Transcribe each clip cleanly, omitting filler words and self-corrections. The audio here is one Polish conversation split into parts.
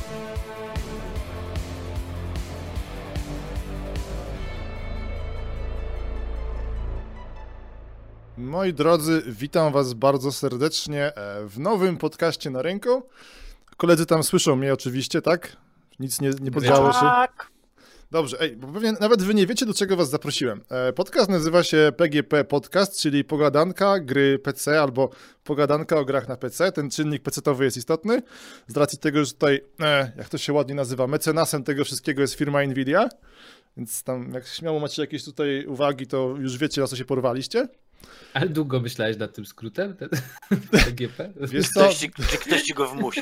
Moi drodzy, witam was bardzo serdecznie w nowym podcaście na rynku. Koledzy tam słyszą mnie oczywiście, tak? Nic nie podziało się. Tak. Dobrze, bo pewnie nawet wy nie wiecie, do czego was zaprosiłem. Podcast nazywa się PGP Podcast, czyli pogadanka gry PC albo pogadanka o grach na PC. Ten czynnik PC-towy jest istotny z racji tego, że tutaj, jak to się ładnie nazywa, mecenasem tego wszystkiego jest firma Nvidia. Więc tam jak śmiało macie jakieś tutaj uwagi, to już wiecie, na co się porwaliście. Ale długo myślałeś nad tym skrótem? PGP? Czy ktoś ci go wmusił?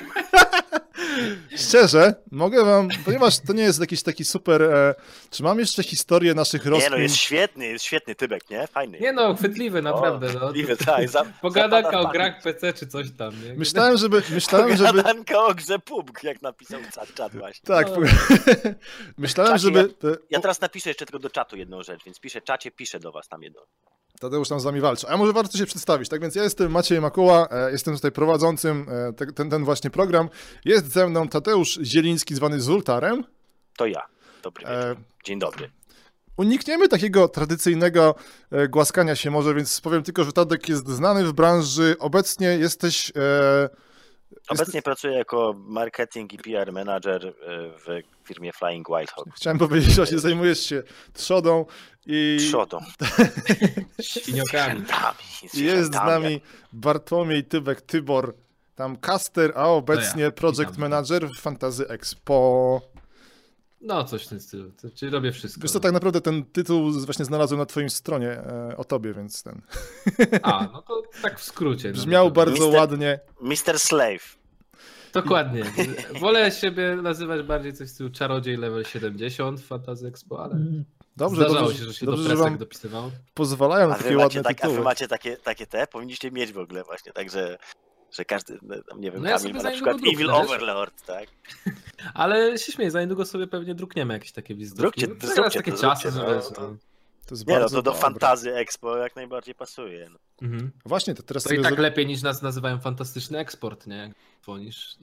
Szczerze, mogę wam, ponieważ to nie jest jakiś taki super... czy mam jeszcze historię naszych rozkmin? Nie no, jest świetny Tybek, nie? Fajny. Nie no, chwytliwy, naprawdę. Chwytliwy, tak. Pogadanka o grach PC czy coś tam, nie? Myślałem, żeby... Pogadanka o grze PUBG, jak napisał czat właśnie. Tak, myślałem, żeby... Ja teraz napiszę jeszcze tylko do czatu jedną rzecz, więc piszę do was tam jedną. Tadeusz tam z nami walczy. A może warto się przedstawić, tak więc ja jestem Maciej Makuła, jestem tutaj prowadzącym ten właśnie program. Jest ze mną Tadeusz Zieliński, zwany Zultarem. To ja. Dobry wieczór. Dzień dobry. Unikniemy takiego tradycyjnego głaskania się może, więc powiem tylko, że Tadek jest znany w branży. Obecnie jesteś... Obecnie pracuję jako marketing i PR manager w firmie Flying Wild Hog. Chciałem powiedzieć, że właśnie zajmujesz się trzodą i... Trzodą. Świniokami. Jest z nami Bartłomiej Tybek-Tybor, tam caster, a obecnie project manager w Fantasy Expo. No, coś w tym stylu. Czyli robię wszystko. Wiesz co, tak naprawdę ten tytuł właśnie znalazłem na twoim stronie o tobie, więc ten... No to tak w skrócie. Brzmiał bardzo ładnie. Mr. Slave. Dokładnie. Wolę siebie nazywać bardziej coś w stylu czarodziej level 70 w Fantasy Expo, ale zdarzało się, że się do presek dopisywało. Pozwalają na takie ładne tytuły. A wy macie takie te? Powinniście mieć w ogóle właśnie, także... Że każdy, nie wiem, no ja Kamil ma na przykład Evil Overlord, tak? Ale się śmieję, za niedługo sobie pewnie drukniemy jakieś takie wizytówki. Zróbcie takie czasy, że... To jest nie, no to do Fantasy Expo jak najbardziej pasuje. No. Mhm. Właśnie, to teraz to i tak lepiej niż nas nazywają fantastyczny eksport, nie? Niż...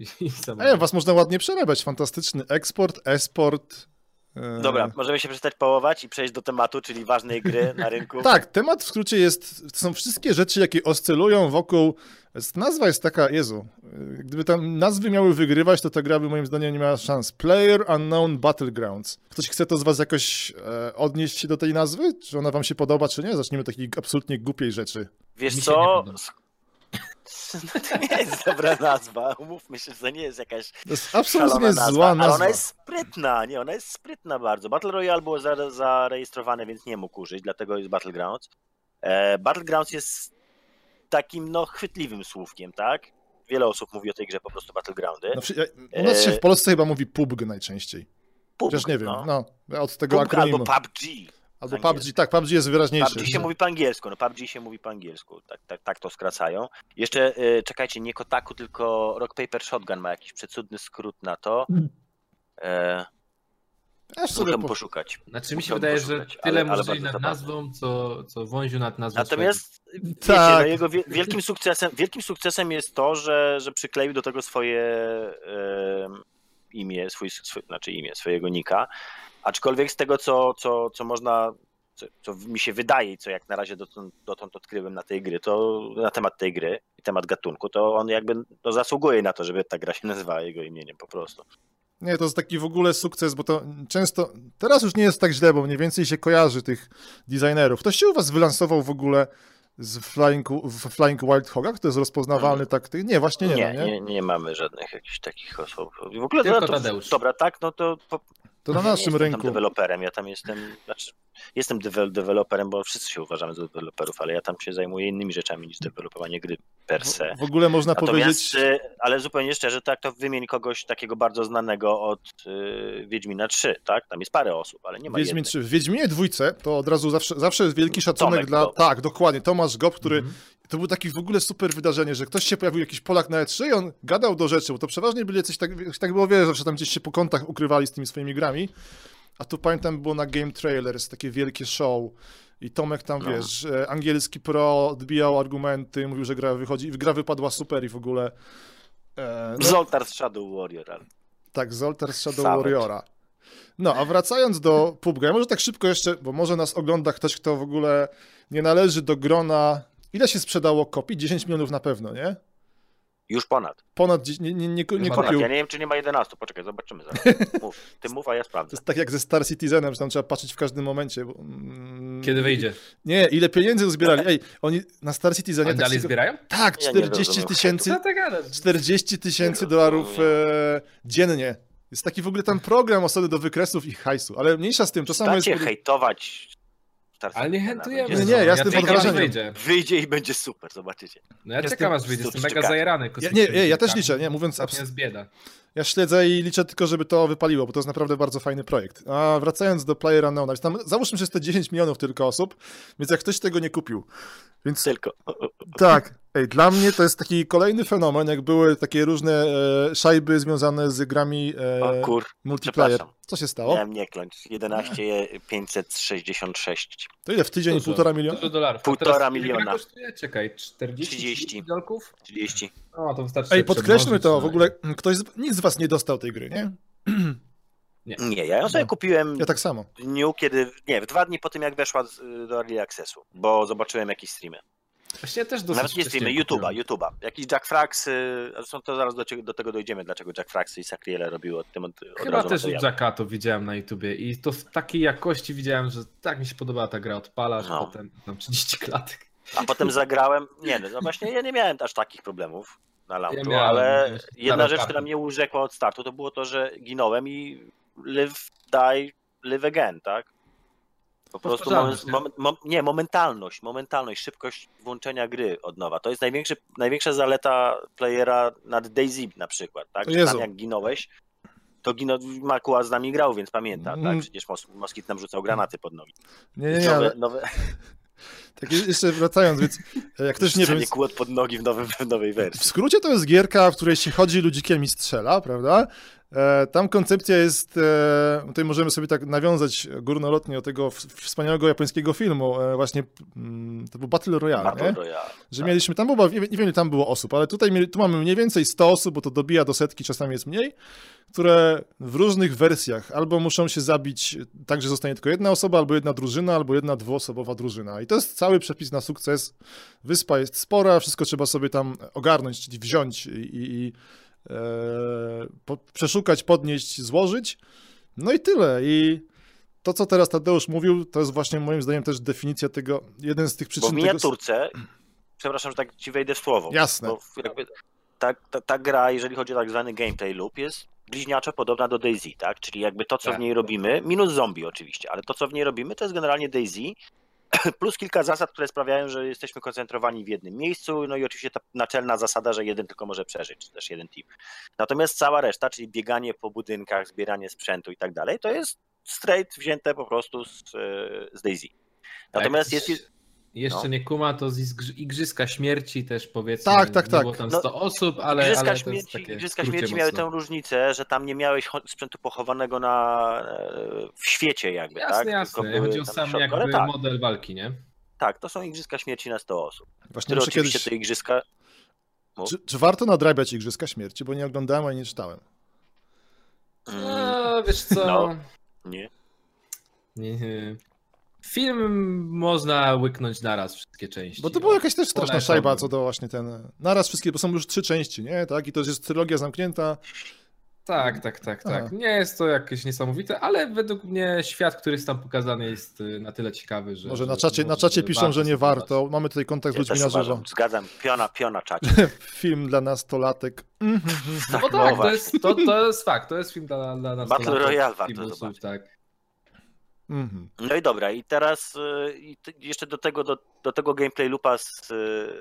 was można ładnie przerabiać. Fantastyczny eksport, esport... Dobra, możemy się przestać pałować i przejść do tematu, czyli ważnej gry na rynku. Tak, temat w skrócie to są wszystkie rzeczy, jakie oscylują wokół... Nazwa jest taka, Jezu, gdyby tam nazwy miały wygrywać, to ta gra by moim zdaniem nie miała szans. Player Unknown Battlegrounds. Ktoś chce to z was jakoś odnieść się do tej nazwy? Czy ona wam się podoba, czy nie? Zacznijmy od takiej absolutnie głupiej rzeczy. Wiesz co? No to nie jest dobra nazwa, umówmy się, że to nie jest jakaś to jest absolutnie zła nazwa. Ale ona jest sprytna, ona jest sprytna bardzo. Battle Royale było zarejestrowane, więc nie mógł użyć, dlatego jest Battlegrounds. Battlegrounds jest takim, chwytliwym słówkiem, tak? Wiele osób mówi o tej grze po prostu Battlegroundy. U nas się w Polsce chyba mówi PUBG najczęściej. PUBG, chociaż nie wiem, od tego PUBG akronimu. albo PUBG. Albo PUBG, tak, PUBG jest wyraźniejszy. PUBG się mówi po angielsku, PUBG się mówi po angielsku, tak to skracają. Jeszcze, czekajcie, nie Kotaku, tylko Rock Paper Shotgun ma jakiś przecudny skrót na to. Muszę poszukać. Znaczy mi się wydaje, że tyle możliwe nad nazwą, co Wąziu nad nazwą. Natomiast wiecie, jego wielkim sukcesem jest to, że przykleił do tego swoje imię, swojego nika. Aczkolwiek z tego, co można, co mi się wydaje i co jak na razie dotąd odkryłem na temat tej gry i temat gatunku, to on jakby zasługuje na to, żeby ta gra się nazywała jego imieniem po prostu. Nie, to jest taki w ogóle sukces, bo to często, teraz już nie jest tak źle, bo mniej więcej się kojarzy tych designerów. Ktoś się u was wylansował w ogóle z Flying Wild Hogach? To jest rozpoznawalny tak? Nie, właśnie nie. Nie mamy żadnych jakichś takich osób. W ogóle tylko Tadeusz. Dobra, tak, no to... To na naszym rynku. Jestem deweloperem, ja tam jestem deweloperem, bo wszyscy się uważamy za deweloperów, ale ja tam się zajmuję innymi rzeczami niż dewelopowanie gry per se. W ogóle można powiedzieć... Ale zupełnie szczerze, tak to wymień kogoś takiego bardzo znanego od Wiedźmina 3, tak? Tam jest parę osób, ale nie ma Wiedźmin 3. W Wiedźminie 2 to od razu zawsze jest wielki szacunek Tomek dla... Gob. Tak, dokładnie, Tomasz Gob, który... To był taki w ogóle super wydarzenie, że ktoś się pojawił, jakiś Polak na E3 i on gadał do rzeczy, bo to przeważnie byli coś tak było, wiesz, że tam gdzieś się po kątach ukrywali z tymi swoimi grami, a tu pamiętam było na Game Trailers takie wielkie show i Tomek tam, wiesz, angielski pro odbijał argumenty, mówił, że gra wypadła super i w ogóle... Zoltar z Shadow Warrior, ale... Tak, Zoltar z Shadow Warriora. No, a wracając do PUBG, ja może tak szybko jeszcze, bo może nas ogląda ktoś, kto w ogóle nie należy do grona. Ile się sprzedało kopii? 10 milionów na pewno, nie? Już ponad. Nie kupił. Ja nie wiem, czy nie ma 11. Poczekaj, zobaczymy zaraz. Mów. Ty mów, a ja sprawdzę. To jest tak jak ze Star Citizenem, że tam trzeba patrzeć w każdym momencie. Bo, kiedy wyjdzie? Nie, ile pieniędzy uzbierali. Ej, oni na Star Citizenie... Oni dalej zbierają? Tak, 40 tysięcy. 40 tysięcy dolarów dziennie. Jest taki w ogóle tam program osoby do wykresów i hajsu, ale mniejsza z tym, to samo jest... hejtować... Ale nie hejtujemy. Nie, ja jestem pod wrażeniem. Wyjdzie i będzie super, zobaczycie. No ja czekam, aż wyjdzie, jestem mega zajarany. Ja też liczę, nie, mówiąc... Jest bieda. Ja śledzę i liczę tylko, żeby to wypaliło, bo to jest naprawdę bardzo fajny projekt. A wracając do PlayerUnknown'a, tam załóżmy, że jest to 10 milionów tylko osób, więc jak ktoś tego nie kupił. Więc... Tylko. Tak. Ej, dla mnie to jest taki kolejny fenomen, jak były takie różne szajby związane z grami multiplayer. Co się stało? Miałem nie kląć. 11 566. To ile w tydzień? $1,5 miliona? $1,5 1,5 miliona. Kosztuje? Czekaj, 30 dolków? 30. No, to wystarczy. Ej, podkreślmy to, w ogóle nikt z was nie dostał tej gry, nie? Nie, ja ją sobie kupiłem ja tak samo. w dniu, w 2 dni po tym, jak weszła do Early Accessu, bo zobaczyłem jakieś streamy. Właśnie też dosyć. Nawet nie streamy, YouTube'a. Jakiś Jack Frax, zresztą to zaraz do tego dojdziemy, dlaczego Jack Frax i Sacriele robiły od Chyba też u Jacka to widziałem na YouTubie i to w takiej jakości widziałem, że tak mi się podobała ta gra, odpalasz, potem tam 30 klatek. A potem zagrałem, no właśnie ja nie miałem aż takich problemów na launchu, ale jedna rzecz, która mnie urzekła od startu, to było to, że ginąłem i live, die, live again, tak? Po prostu momentalność, szybkość włączenia gry od nowa. To jest największa zaleta playera nad DayZ na przykład, tak? Że tam jak ginąłeś, to Makuła z nami grał, więc pamięta, tak? Przecież Moskit nam rzucał granaty pod nogi. Nowe... Tak, jeszcze wracając, więc jak ktoś nie wie... kłód pod nogi w nowej wersji. W skrócie to jest gierka, w której się chodzi ludzikiem i strzela, prawda? Tam koncepcja jest, tutaj możemy sobie tak nawiązać górnolotnie do tego wspaniałego japońskiego filmu, właśnie to był Battle Royale, że mieliśmy, tam było, nie wiem ile tam było osób, ale tu mamy mniej więcej 100 osób, bo to dobija do setki, czasami jest mniej, które w różnych wersjach albo muszą się zabić tak, że zostanie tylko jedna osoba, albo jedna drużyna, albo jedna dwuosobowa drużyna. I to jest cały przepis na sukces. Wyspa jest spora, wszystko trzeba sobie tam ogarnąć, czyli wziąć i przeszukać, podnieść, złożyć. No i tyle. I to, co teraz Tadeusz mówił, to jest właśnie moim zdaniem też definicja tego, jeden z tych przyczyn... Bo w miniaturce, przepraszam, że tak ci wejdę w słowo. Jasne. Bo jakby ta gra, jeżeli chodzi o tak zwany gameplay loop, jest bliźniaczo podobna do DayZ, tak? Czyli jakby to, co w niej robimy, minus zombie oczywiście, ale to, co w niej robimy, to jest generalnie DayZ, plus kilka zasad, które sprawiają, że jesteśmy koncentrowani w jednym miejscu, no i oczywiście ta naczelna zasada, że jeden tylko może przeżyć, czy też jeden team. Natomiast cała reszta, czyli bieganie po budynkach, zbieranie sprzętu i tak dalej, to jest straight wzięte po prostu z DayZ. Natomiast Jeszcze nie kuma, to z Igrzyska Śmierci też powiedzmy, tak. Było tam 100 osób, ale Igrzyska Śmierci miały tę różnicę, że tam nie miałeś sprzętu pochowanego w świecie jakby, jasne, tak? Jasne, chodzi o sam jakby model walki, nie? Tak, to są Igrzyska Śmierci na 100 osób. Właśnie które oczywiście te igrzyska... Czy warto nadrabiać Igrzyska Śmierci? Bo nie oglądałem, ani nie czytałem. No, wiesz co... No, nie. Film można łyknąć naraz wszystkie części. Bo to była jakaś też straszna szajba co do właśnie naraz wszystkie, bo są już 3 części, nie? Tak? I to jest trylogia zamknięta. Tak. Nie jest to jakieś niesamowite, ale według mnie świat, który jest tam pokazany, jest na tyle ciekawy, że... Może na czacie piszą, że nie warto. Mamy tutaj kontakt z ludźmi na żywo. Zgadzam, piona czacie. Film dla nastolatek. No bo tak, to jest fakt, to jest film dla nastolatek. Battle Royale warto zobaczyć. Tak. No i dobra, i teraz jeszcze do tego gameplay loopa z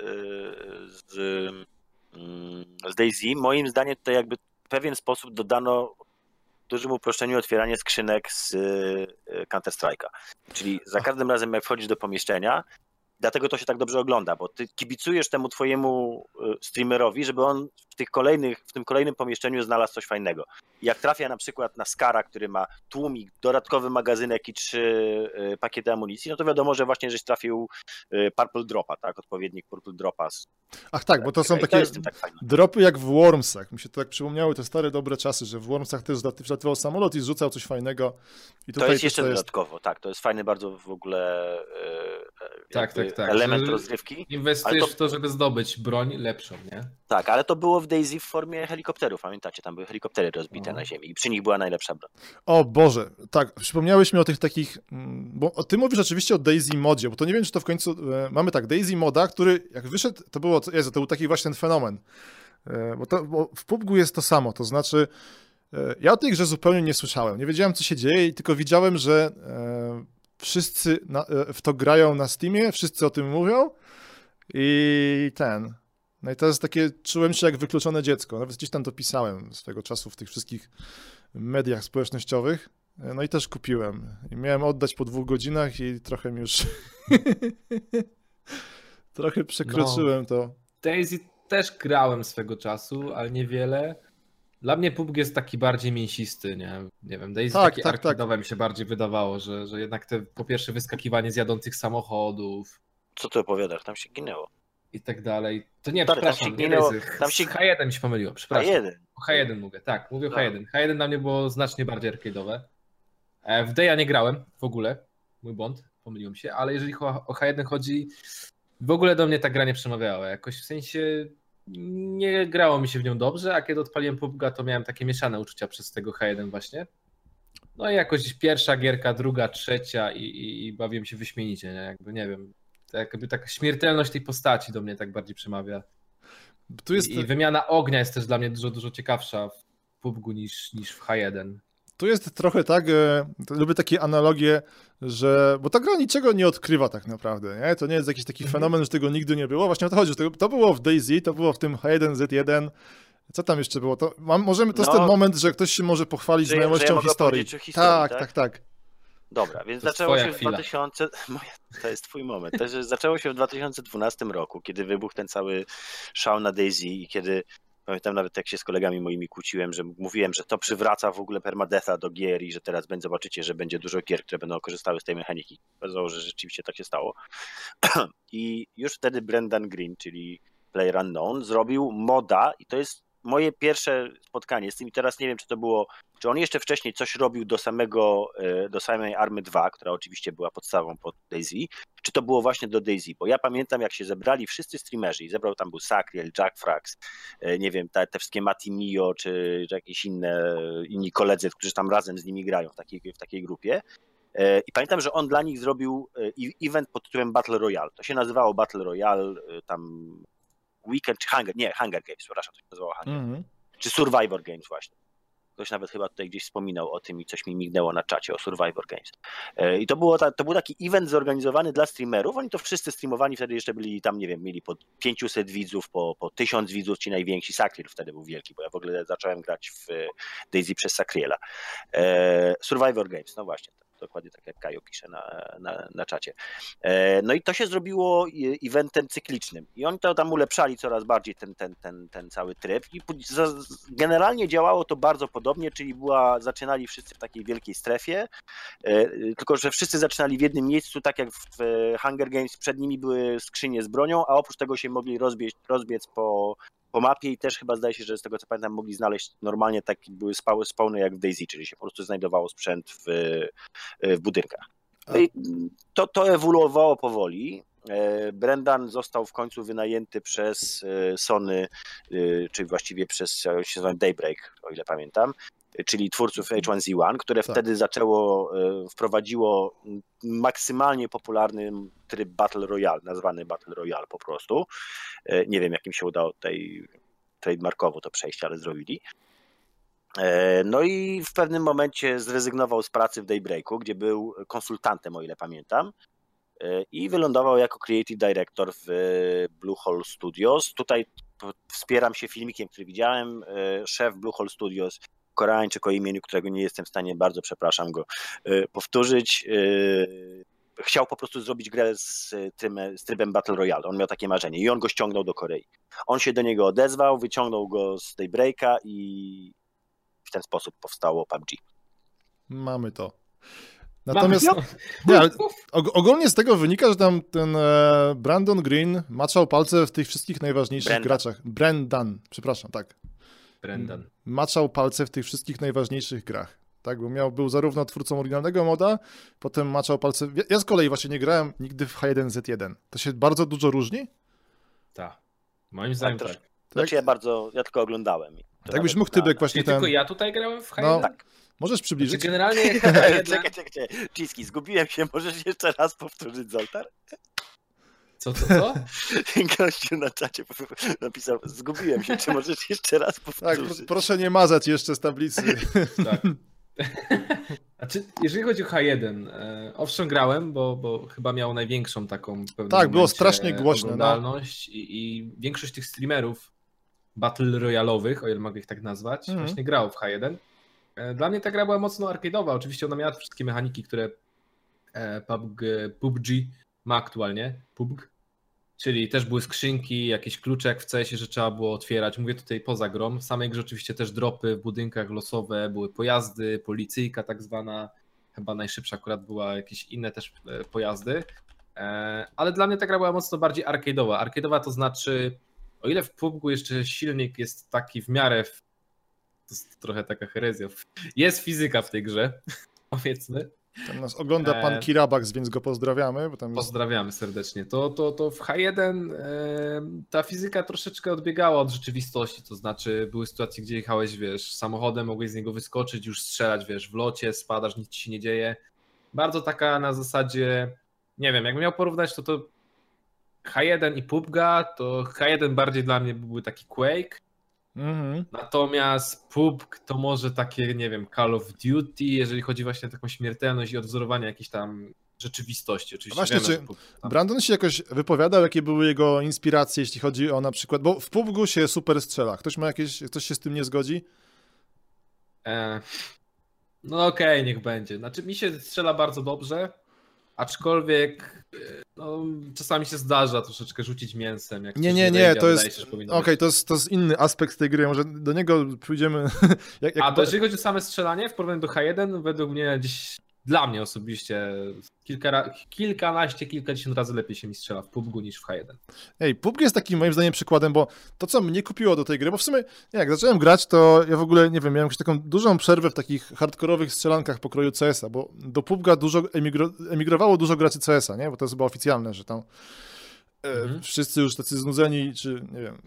DayZ, moim zdaniem to jakby w pewien sposób dodano w dużym uproszczeniu otwieranie skrzynek z Counter-Strike'a. Czyli za każdym razem jak wchodzisz do pomieszczenia, Dlatego to się tak dobrze ogląda, bo ty kibicujesz temu twojemu streamerowi, żeby on w tym kolejnym pomieszczeniu znalazł coś fajnego. I jak trafia na przykład na Skara, który ma tłumik, dodatkowy magazynek i 3 pakiety amunicji, no to wiadomo, że właśnie żeś trafił Purple Dropa, tak? Odpowiednik Purple Dropa. Ach tak, bo to są takie dropy jak w Wormsach. Mi się to tak przypomniały te stare, dobre czasy, że w Wormsach też zlatywał samolot i zrzucał coś fajnego. I tutaj to jest jeszcze dodatkowo, tak. To jest fajny bardzo w ogóle tak. element rozgrywki. Inwestujesz w to, żeby zdobyć broń lepszą, nie? Tak, ale to było w DayZ w formie helikopterów, pamiętacie? Tam były helikoptery rozbite na ziemi i przy nich była najlepsza broń. O Boże, tak, przypomniałeś mi o tych takich, bo ty mówisz oczywiście o DayZ modzie, bo to nie wiem, czy to w końcu, mamy tak, DayZ moda, który jak wyszedł, to był taki właśnie ten fenomen, bo w PUBG jest to samo, to znaczy ja o tej grze zupełnie nie słyszałem, nie wiedziałem, co się dzieje i tylko widziałem, że wszyscy w to grają na Steamie, wszyscy o tym mówią i no i to jest takie, czułem się jak wykluczone dziecko. Nawet gdzieś tam to pisałem swego czasu w tych wszystkich mediach społecznościowych. No i też kupiłem. I miałem oddać po 2 godzinach i trochę mi już... trochę przekroczyłem to. DayZ też grałem swego czasu, ale niewiele. Dla mnie PUBG jest taki bardziej mięsisty, nie wiem, DayZ taki arcade'owe mi się bardziej wydawało, że jednak te po pierwsze wyskakiwanie z jadących samochodów. Co ty opowiadasz? Tam się ginęło. I tak dalej. To nie, przepraszam, H1 mi się pomyliło, przepraszam. H1 mówię, tak, mówię o H1. H1 dla mnie było znacznie bardziej arcade'owe. W Daya nie grałem w ogóle, mój błąd, pomyliłem się, ale jeżeli o H1 chodzi, w ogóle do mnie ta gra nie przemawiała. Jakoś w sensie nie grało mi się w nią dobrze, a kiedy odpaliłem PUBG, to miałem takie mieszane uczucia przez tego H1 właśnie. No i jakoś pierwsza gierka, druga, trzecia i bawiłem się wyśmienicie, nie? Jakby nie wiem. Jakby taka śmiertelność tej postaci do mnie tak bardziej przemawia. I wymiana ognia jest też dla mnie dużo ciekawsza w PUBG niż w H1. Tu jest trochę tak, lubię takie analogie, że, bo ta gra niczego nie odkrywa tak naprawdę, nie? To nie jest jakiś taki fenomen, że tego nigdy nie było. Właśnie o to chodzi, że to było w DayZ, to było w tym H1Z1. Co tam jeszcze było? To jest ten moment, że ktoś się może pochwalić znajomością historii. Tak. Dobra, więc zaczęło się w 2000... To jest twój moment. Zaczęło się w 2012 roku, kiedy wybuchł ten cały szał na DayZ i kiedy, pamiętam nawet jak się z kolegami moimi kłóciłem, że mówiłem, że to przywraca w ogóle permadeatha do gier i że teraz zobaczycie, że będzie dużo gier, które będą korzystały z tej mechaniki. Okazało, że rzeczywiście tak się stało. I już wtedy Brendan Green, czyli PlayerUnknown, zrobił moda i to jest moje pierwsze spotkanie z tym i teraz nie wiem, czy on jeszcze wcześniej coś robił do samej Army 2, która oczywiście była podstawą pod DayZ, czy to było właśnie do DayZ, bo ja pamiętam, jak się zebrali wszyscy streamerzy i tam był Sacriel, Jack Frax, nie wiem, te wszystkie Mati Mio, czy jakieś inni koledzy, którzy tam razem z nimi grają w takiej grupie. I pamiętam, że on dla nich zrobił event pod tytułem Battle Royale. To się nazywało Battle Royale, tam Weekend czy Hunger Games, przepraszam, to się nazywało Hunger. Czy Survivor Games właśnie. Ktoś nawet chyba tutaj gdzieś wspominał o tym i coś mi mignęło na czacie o Survivor Games. I to był taki event zorganizowany dla streamerów. Oni to wszyscy streamowani, wtedy jeszcze byli tam, nie wiem, mieli po 500 widzów, po 1000 widzów, ci najwięksi. Sacriel wtedy był wielki, bo ja w ogóle zacząłem grać w DayZ przez Sacriela. Survivor Games, no właśnie. Dokładnie tak jak Kajo pisze na czacie. No i to się zrobiło eventem cyklicznym. I oni to tam ulepszali coraz bardziej ten cały tryb. I generalnie działało to bardzo podobnie, czyli zaczynali wszyscy w takiej wielkiej strefie, tylko że wszyscy zaczynali w jednym miejscu, tak jak w Hunger Games, przed nimi były skrzynie z bronią, a oprócz tego się mogli rozbiec po mapie i też chyba zdaje się, że z tego co pamiętam mogli znaleźć normalnie takie były spawny jak w DayZ, czyli się po prostu znajdowało sprzęt w budynkach. No i to ewoluowało powoli. Brendan został w końcu wynajęty przez Sony, czyli właściwie przez Daybreak, o ile pamiętam, czyli twórców H1Z1, które wtedy wprowadziło maksymalnie popularny tryb Battle Royale, nazwany Battle Royale po prostu. Nie wiem, jak im się udało tutaj trademarkowo to przejść, ale zrobili. No i w pewnym momencie zrezygnował z pracy w Daybreaku, gdzie był konsultantem, o ile pamiętam, i wylądował jako creative director w Bluehole Studios. Tutaj wspieram się filmikiem, który widziałem. Szef Bluehole Studios, Koreańczyk o imieniu, którego nie jestem w stanie, bardzo przepraszam go, powtórzyć. chciał po prostu zrobić grę z trybem Battle Royale. On miał takie marzenie i on go ściągnął do Korei. On się do niego odezwał, wyciągnął go z tej breaka i w ten sposób powstało PUBG. Mamy to. Natomiast ogólnie z tego wynika, że tam ten Brandon Green maczał palce w tych wszystkich najważniejszych graczach. Brendan, przepraszam, tak. Brendan. Maczał palce w tych wszystkich najważniejszych grach. Tak, bo był zarówno twórcą oryginalnego moda, potem maczał palce. Ja z kolei właśnie nie grałem nigdy w H1Z1. To się bardzo dużo różni? Tak. Moim zdaniem tak. Znaczy ja tylko oglądałem. Tak byś mógł Tybek właśnie tylko ja tutaj grałem w H1? No, tak. Możesz przybliżyć? Znaczy generalnie Czekaj. Ciski, zgubiłem się. Możesz jeszcze raz powtórzyć, Zoltar? Co? Gościu na czacie napisał, zgubiłem się, czy możesz jeszcze raz powtórzyć? Tak, proszę nie mazać jeszcze z tablicy. Tak. Znaczy, jeżeli chodzi o H1, owszem grałem, bo chyba miał największą taką tak, było strasznie głośno, oglądalność i większość tych streamerów battle royalowych, o ile mogę ich tak nazwać, właśnie grało w H1. Dla mnie ta gra była mocno arcade'owa, oczywiście ona miała wszystkie mechaniki, które PUBG ma aktualnie, PUBG, czyli też były skrzynki, jakieś klucze jak w CS-ie, że trzeba było otwierać, mówię tutaj poza grą, w samej grze oczywiście też dropy w budynkach losowe, były pojazdy, policyjka tak zwana, chyba najszybsza akurat była jakieś inne też pojazdy, ale dla mnie ta gra była mocno bardziej arcade'owa. Arcade'owa to znaczy, o ile w PUBG jeszcze silnik jest taki w miarę, to jest trochę taka herezja, jest fizyka w tej grze, powiedzmy. Tam nas ogląda pan Kirabax, więc go pozdrawiamy. Bo tam pozdrawiamy serdecznie. To w H1 ta fizyka troszeczkę odbiegała od rzeczywistości, to znaczy były sytuacje, gdzie jechałeś, wiesz, samochodem, mogłeś z niego wyskoczyć, już strzelać, wiesz, w locie, spadasz, nic ci się nie dzieje. Bardzo taka na zasadzie, nie wiem, jakbym miał porównać to H1 i PUBG, to H1 bardziej dla mnie byłby taki Quake, natomiast PUBG to może takie, nie wiem, Call of Duty, jeżeli chodzi właśnie o taką śmiertelność i odwzorowanie jakiejś tam rzeczywistości. Oczywiście właśnie, wiemy, czy Brandon się jakoś wypowiadał, jakie były jego inspiracje, jeśli chodzi o na przykład, bo w PUBG się super strzela. Ktoś się z tym nie zgodzi? No okej, niech będzie. Znaczy mi się strzela bardzo dobrze, aczkolwiek no, czasami się zdarza troszeczkę rzucić mięsem. Jak nie, to jest to jest inny aspekt tej gry, może do niego pójdziemy. To jeżeli chodzi o same strzelanie w porównaniu do H1, według mnie gdzieś, dla mnie osobiście, kilkadziesiąt razy lepiej się mi strzela w PUBG niż w H1. PUBG jest takim moim zdaniem przykładem, bo to co mnie kupiło do tej gry, bo w sumie jak zacząłem grać, to ja w ogóle, nie wiem, miałem jakąś taką dużą przerwę w takich hardkorowych strzelankach pokroju CS-a, bo do PUBG dużo emigrowało dużo graczy CS-a, nie? Bo to jest chyba oficjalne, że tam wszyscy już tacy znudzeni, czy nie wiem,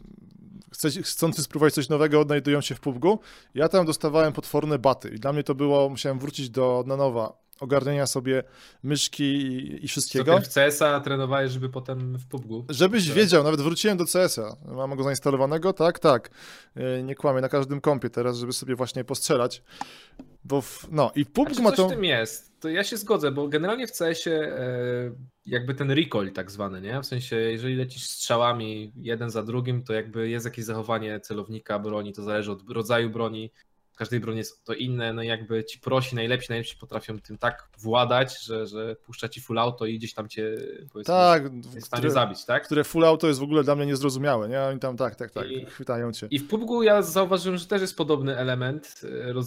chcący spróbować coś nowego, odnajdują się w PUBG. Ja tam dostawałem potworne baty i dla mnie to było, musiałem wrócić na nowa, ogarniania sobie myszki i wszystkiego. Co, ty w CS-a trenowałeś, żeby potem w PUBG? Żebyś wiedział, nawet wróciłem do CS-a. Mam go zainstalowanego, tak. Nie kłamię, na każdym kompie teraz, żeby sobie właśnie postrzelać. Bo i PUBG ma to... Coś w tym jest, to ja się zgodzę, bo generalnie w CS-ie jakby ten recoil tak zwany, nie? W sensie, jeżeli lecisz strzałami jeden za drugim, to jakby jest jakieś zachowanie celownika, broni, to zależy od rodzaju broni. W każdej broni jest to inne, no jakby ci najlepsi potrafią tym tak władać, że puszcza ci full auto i gdzieś tam cię, powiedzmy, jest w stanie zabić, tak? Które full auto jest w ogóle dla mnie niezrozumiałe, nie? Oni tam tak, chwytają cię. I w PUBG ja zauważyłem, że też jest podobny element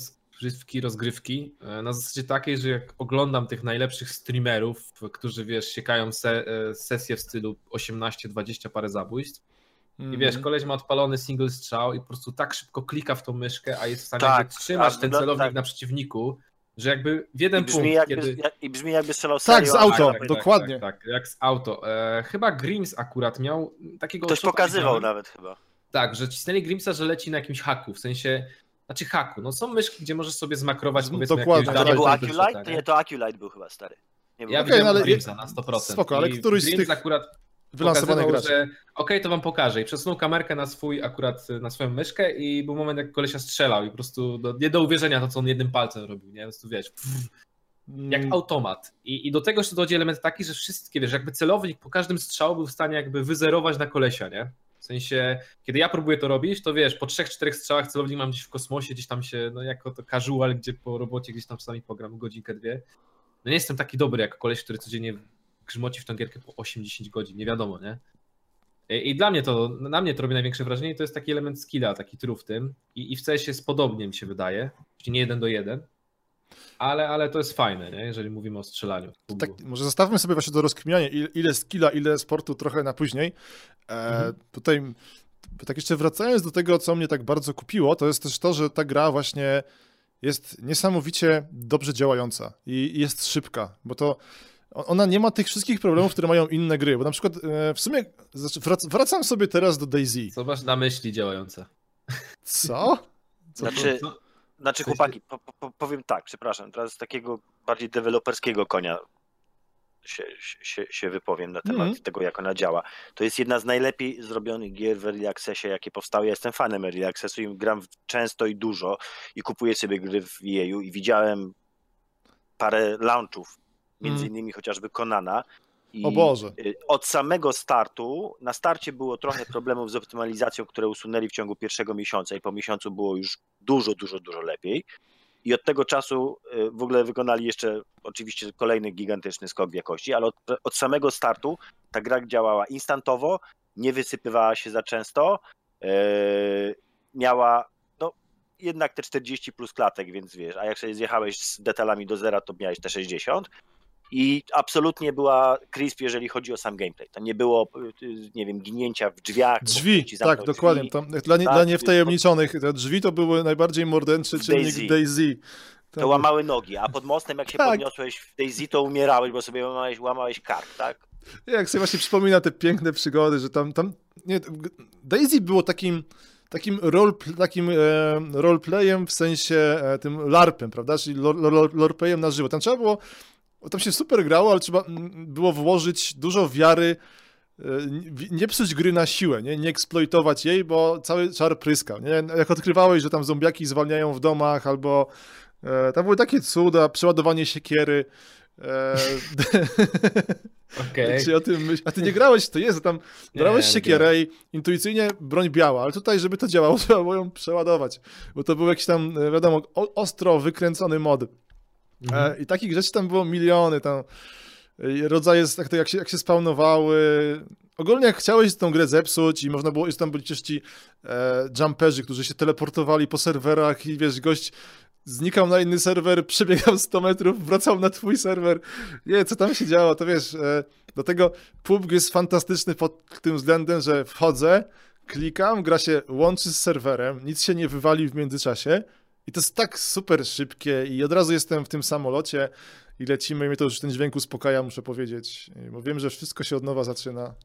rozgrywki, na zasadzie takiej, że jak oglądam tych najlepszych streamerów, którzy, wiesz, siekają sesję w stylu 18-20 parę zabójstw, i wiesz, koleś ma odpalony single strzał i po prostu tak szybko klika w tą myszkę, a jest w stanie trzymać ten celownik na przeciwniku, że jakby w jeden punkt, I brzmi jakby strzelał serio. Tak, z auto, dokładnie. Tak, jak z auto. Chyba Grims akurat miał takiego... Ktoś pokazywał nawet chyba. Tak, że cisnęli Grimsa, że leci na jakimś haku, w sensie... Znaczy haku, no są myszki, gdzie możesz sobie zmakrować, powiedzmy, dokładnie. To nie był Aculite? To Aculite był chyba, stary. Ja widziałem Grimsa na 100%. Spoko, ale któryś z tych akurat wylansowanych graczy. Że okej, to wam pokażę. I przesunął kamerkę na swoją myszkę i był moment, jak kolesia strzelał i po prostu nie do uwierzenia to, co on jednym palcem robił, nie? Po prostu wiesz, jak automat. I do tego jeszcze dochodzi element taki, że wszystkie, wiesz, jakby celownik po każdym strzału był w stanie jakby wyzerować na kolesia, nie? W sensie, kiedy ja próbuję to robić, to wiesz, po 3-4 strzałach celownik mam gdzieś w kosmosie, gdzieś tam się, no jako to casual, gdzie po robocie gdzieś tam czasami pogram godzinkę, dwie. No nie jestem taki dobry jak koleś, który codziennie grzmoci w tą gierkę po 80 godzin, nie wiadomo, nie? I na mnie to robi największe wrażenie i to jest taki element skilla, taki true w tym. I w CS jest podobnie, mi się wydaje, czyli nie 1-1, ale to jest fajne, nie? Jeżeli mówimy o strzelaniu. Tak, może zostawmy sobie właśnie to rozkminianie, ile skilla, ile sportu trochę na później. Tutaj tak jeszcze wracając do tego, co mnie tak bardzo kupiło, to jest też to, że ta gra właśnie jest niesamowicie dobrze działająca i jest szybka, bo to ona nie ma tych wszystkich problemów, które mają inne gry, bo na przykład w sumie wracam sobie teraz do DayZ. Co masz na myśli działająca? Co? Znaczy chłopaki, powiem tak, przepraszam, teraz z takiego bardziej deweloperskiego konia się wypowiem na temat tego, jak ona działa. To jest jedna z najlepiej zrobionych gier w Early Accessie, jakie powstały. Ja jestem fanem Early Accessu i gram często i dużo i kupuję sobie gry w EA-u i widziałem parę launchów, między innymi chociażby Conana. I o Boże. Od samego startu, na starcie było trochę problemów z optymalizacją, które usunęli w ciągu pierwszego miesiąca i po miesiącu było już dużo lepiej. I od tego czasu w ogóle wykonali jeszcze oczywiście kolejny gigantyczny skok w jakości, ale od samego startu ta gra działała instantowo, nie wysypywała się za często, miała jednak te 40 plus klatek, więc wiesz, a jak sobie zjechałeś z detalami do zera, to miałeś te 60 i absolutnie była crisp, jeżeli chodzi o sam gameplay. To nie było, nie wiem, ginięcia w drzwiach. Tak, dokładnie. Tam, dla niewtajemniczonych, te drzwi to były najbardziej morderczy czynnik DayZ. To łamały nogi, a pod mostem jak się podniosłeś w DayZ, to umierałeś, bo sobie łamałeś kark, tak? Jak sobie właśnie przypomina te piękne przygody, że tam nie, DayZ było takim roleplayem w sensie tym larpem, prawda? Czyli loreplayem na żywo. Tam się super grało, ale trzeba było włożyć dużo wiary, nie psuć gry na siłę, nie eksploitować jej, bo cały czar pryskał. Nie? Jak odkrywałeś, że tam zombiaki zwalniają w domach, albo tam były takie cuda, przeładowanie siekiery. Okay. O tym a ty nie grałeś, to jest, tam brałeś siekierę i intuicyjnie broń biała, ale tutaj, żeby to działało, trzeba było ją przeładować, bo to był jakiś tam, wiadomo, ostro wykręcony mod. I takich rzeczy tam było miliony, tam rodzaje, jak się spawnowały. Ogólnie jak chciałeś tą grę zepsuć i można było, tam byli też ci jumperzy, którzy się teleportowali po serwerach i wiesz, gość znikał na inny serwer, przebiegał 100 metrów, wracał na twój serwer. Nie, co tam się działo, to wiesz, do tego PUBG jest fantastyczny pod tym względem, że wchodzę, klikam, gra się łączy z serwerem, nic się nie wywali w międzyczasie i to jest tak super szybkie i od razu jestem w tym samolocie i lecimy i mnie to już ten dźwięk uspokaja, muszę powiedzieć, bo wiem, że wszystko się od nowa zaczyna.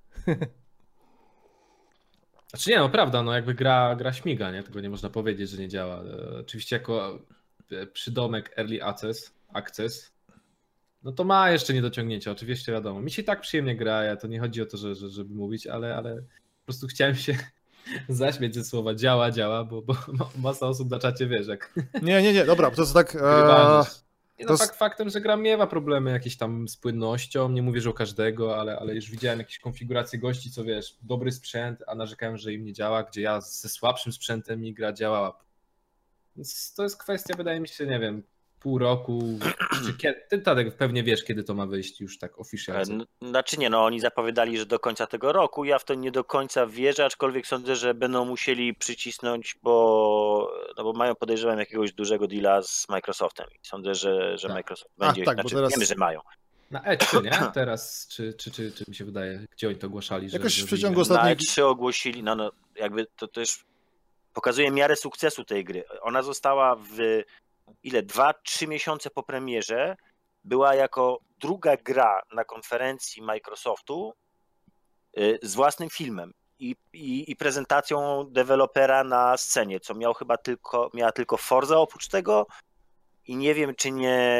Znaczy nie, no prawda, no jakby gra śmiga, nie? Tego nie można powiedzieć, że nie działa. Oczywiście jako przydomek Early Access, no to ma jeszcze niedociągnięcia, oczywiście wiadomo. Mi się tak przyjemnie gra, to nie chodzi o to, żeby mówić, ale po prostu chciałem się zaśmieć ze słowa działa, bo masa osób na czacie wie, że jak... Nie, dobra, to jest tak... No faktem, że gra miewa problemy jakieś tam z płynnością, nie mówię, że u każdego, ale już widziałem jakieś konfiguracje gości, co wiesz, dobry sprzęt, a narzekają, że im nie działa, gdzie ja ze słabszym sprzętem mi gra działała. Więc to jest kwestia, wydaje mi się, nie wiem, pół roku, czy kiedy, ty Tadek pewnie wiesz, kiedy to ma wyjść już tak oficjalnie. Znaczy nie, no oni zapowiadali, że do końca tego roku, ja w to nie do końca wierzę, aczkolwiek sądzę, że będą musieli przycisnąć, bo mają, podejrzewam, jakiegoś dużego deala z Microsoftem i sądzę, że tak. Microsoft będzie, wiemy, że mają. Na E3, nie? Teraz, czy mi się wydaje, gdzie oni to ogłaszali? Jakoś w przeciągu ostatnich... Na E3 ogłosili, no jakby to też pokazuje miarę sukcesu tej gry. Ona została w 2-3 miesiące po premierze, była jako druga gra na konferencji Microsoftu z własnym filmem i prezentacją dewelopera na scenie, co miała tylko Forza oprócz tego i nie wiem, czy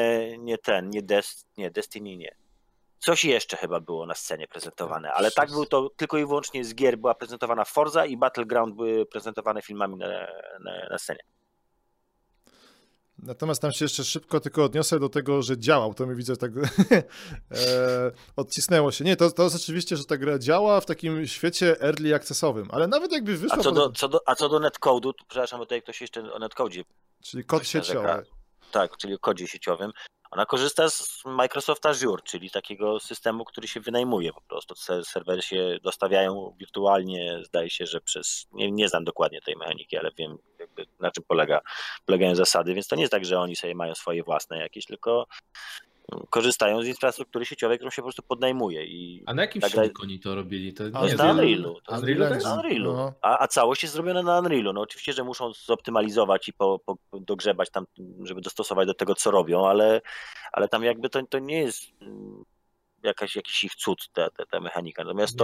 Destiny nie. Coś jeszcze chyba było na scenie prezentowane, ale tak był to tylko i wyłącznie z gier była prezentowana Forza i Battleground były prezentowane filmami na scenie. Natomiast tam się jeszcze szybko tylko odniosę do tego, że działał. To mi widzę tak odcisnęło się. Nie, to jest oczywiście, że ta gra działa w takim świecie early accessowym, ale nawet jakby wyszła... A co do netcode'u, przepraszam, bo tutaj ktoś jeszcze o netcode'zie. Czyli kod sieciowy. Tak, czyli o kodzie sieciowym. Ona korzysta z Microsoft Azure, czyli takiego systemu, który się wynajmuje po prostu. Serwery się dostawiają wirtualnie, zdaje się, że nie znam dokładnie tej mechaniki, ale wiem jakby na czym polegają zasady, więc to nie jest tak, że oni sobie mają swoje własne jakieś, tylko korzystają z infrastruktury sieciowej, którą się po prostu podnajmuje. A na jakim silniku oni to robili? To jest na Unrealu. Unrealu? A całość jest zrobiona na Unrealu. No oczywiście, że muszą zoptymalizować i dogrzebać tam, żeby dostosować do tego, co robią, ale tam jakby to nie jest jakiś ich cud, ta mechanika. Natomiast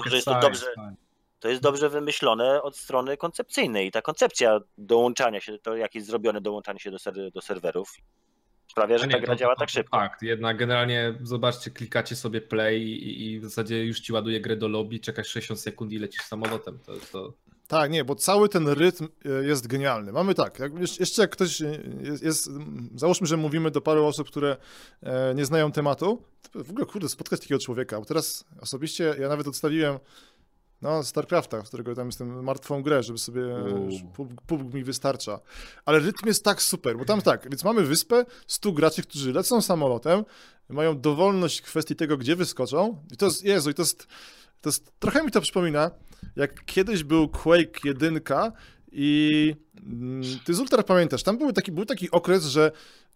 to jest dobrze wymyślone od strony koncepcyjnej i ta koncepcja dołączania się, to jak jest zrobione dołączanie się do serwerów, sprawia, że ta gra działa tak szybko. Fakt, jednak generalnie zobaczcie, klikacie sobie play i w zasadzie już ci ładuje grę do lobby, czekasz 60 sekund i lecisz samolotem. Tak, nie, bo cały ten rytm jest genialny. Mamy tak, jeszcze jak ktoś jest, załóżmy, że mówimy do paru osób, które nie znają tematu, to w ogóle kurde, spotkać takiego człowieka, bo teraz osobiście ja nawet odstawiłem StarCrafta, z którego tam jestem martwą grę, żeby sobie PUBG mi wystarcza. Ale rytm jest tak super, bo tam tak, więc mamy wyspę, 100 graczy, którzy lecą samolotem, mają dowolność w kwestii tego, gdzie wyskoczą. I to jest, Jezu, trochę mi to przypomina, jak kiedyś był Quake 1 i ty z Ultra pamiętasz, tam był taki okres, że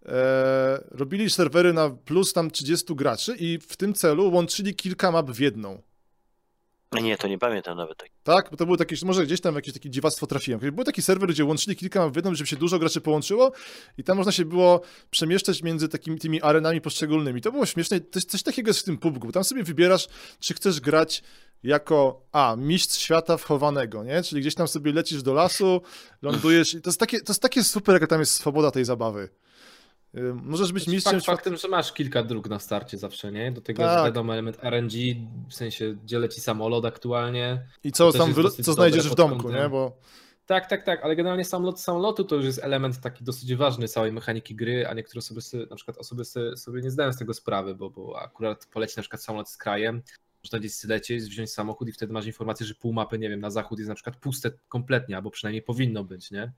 robili serwery na plus tam 30 graczy i w tym celu łączyli kilka map w jedną. Nie, to nie pamiętam nawet. Tak, bo to było takie, może gdzieś tam jakieś takie dziwactwo trafiłem. Był taki serwer, gdzie łączyli kilka map w jedną, żeby się dużo graczy połączyło i tam można się było przemieszczać między tymi arenami poszczególnymi. To było śmieszne. Coś takiego jest w tym PUBG. Tam sobie wybierasz, czy chcesz grać jako mistrz świata wchowanego, nie? Czyli gdzieś tam sobie lecisz do lasu, lądujesz i to jest takie super, jaka tam jest swoboda tej zabawy. Możesz być mistrzem. Faktem, że masz kilka dróg na starcie zawsze, nie? Do tego jest wiadomo element RNG, w sensie gdzie leci samolot aktualnie. I co tam co znajdziesz w domku, nie? Bo... Tak, ale generalnie samolotu to już jest element taki dosyć ważny całej mechaniki gry, a niektóre osoby sobie nie zdają z tego sprawy, bo akurat poleci na przykład samolot z krajem, można gdzieś lecieć, wziąć samochód i wtedy masz informację, że pół mapy, nie wiem, na zachód jest na przykład puste kompletnie, albo przynajmniej powinno być, nie?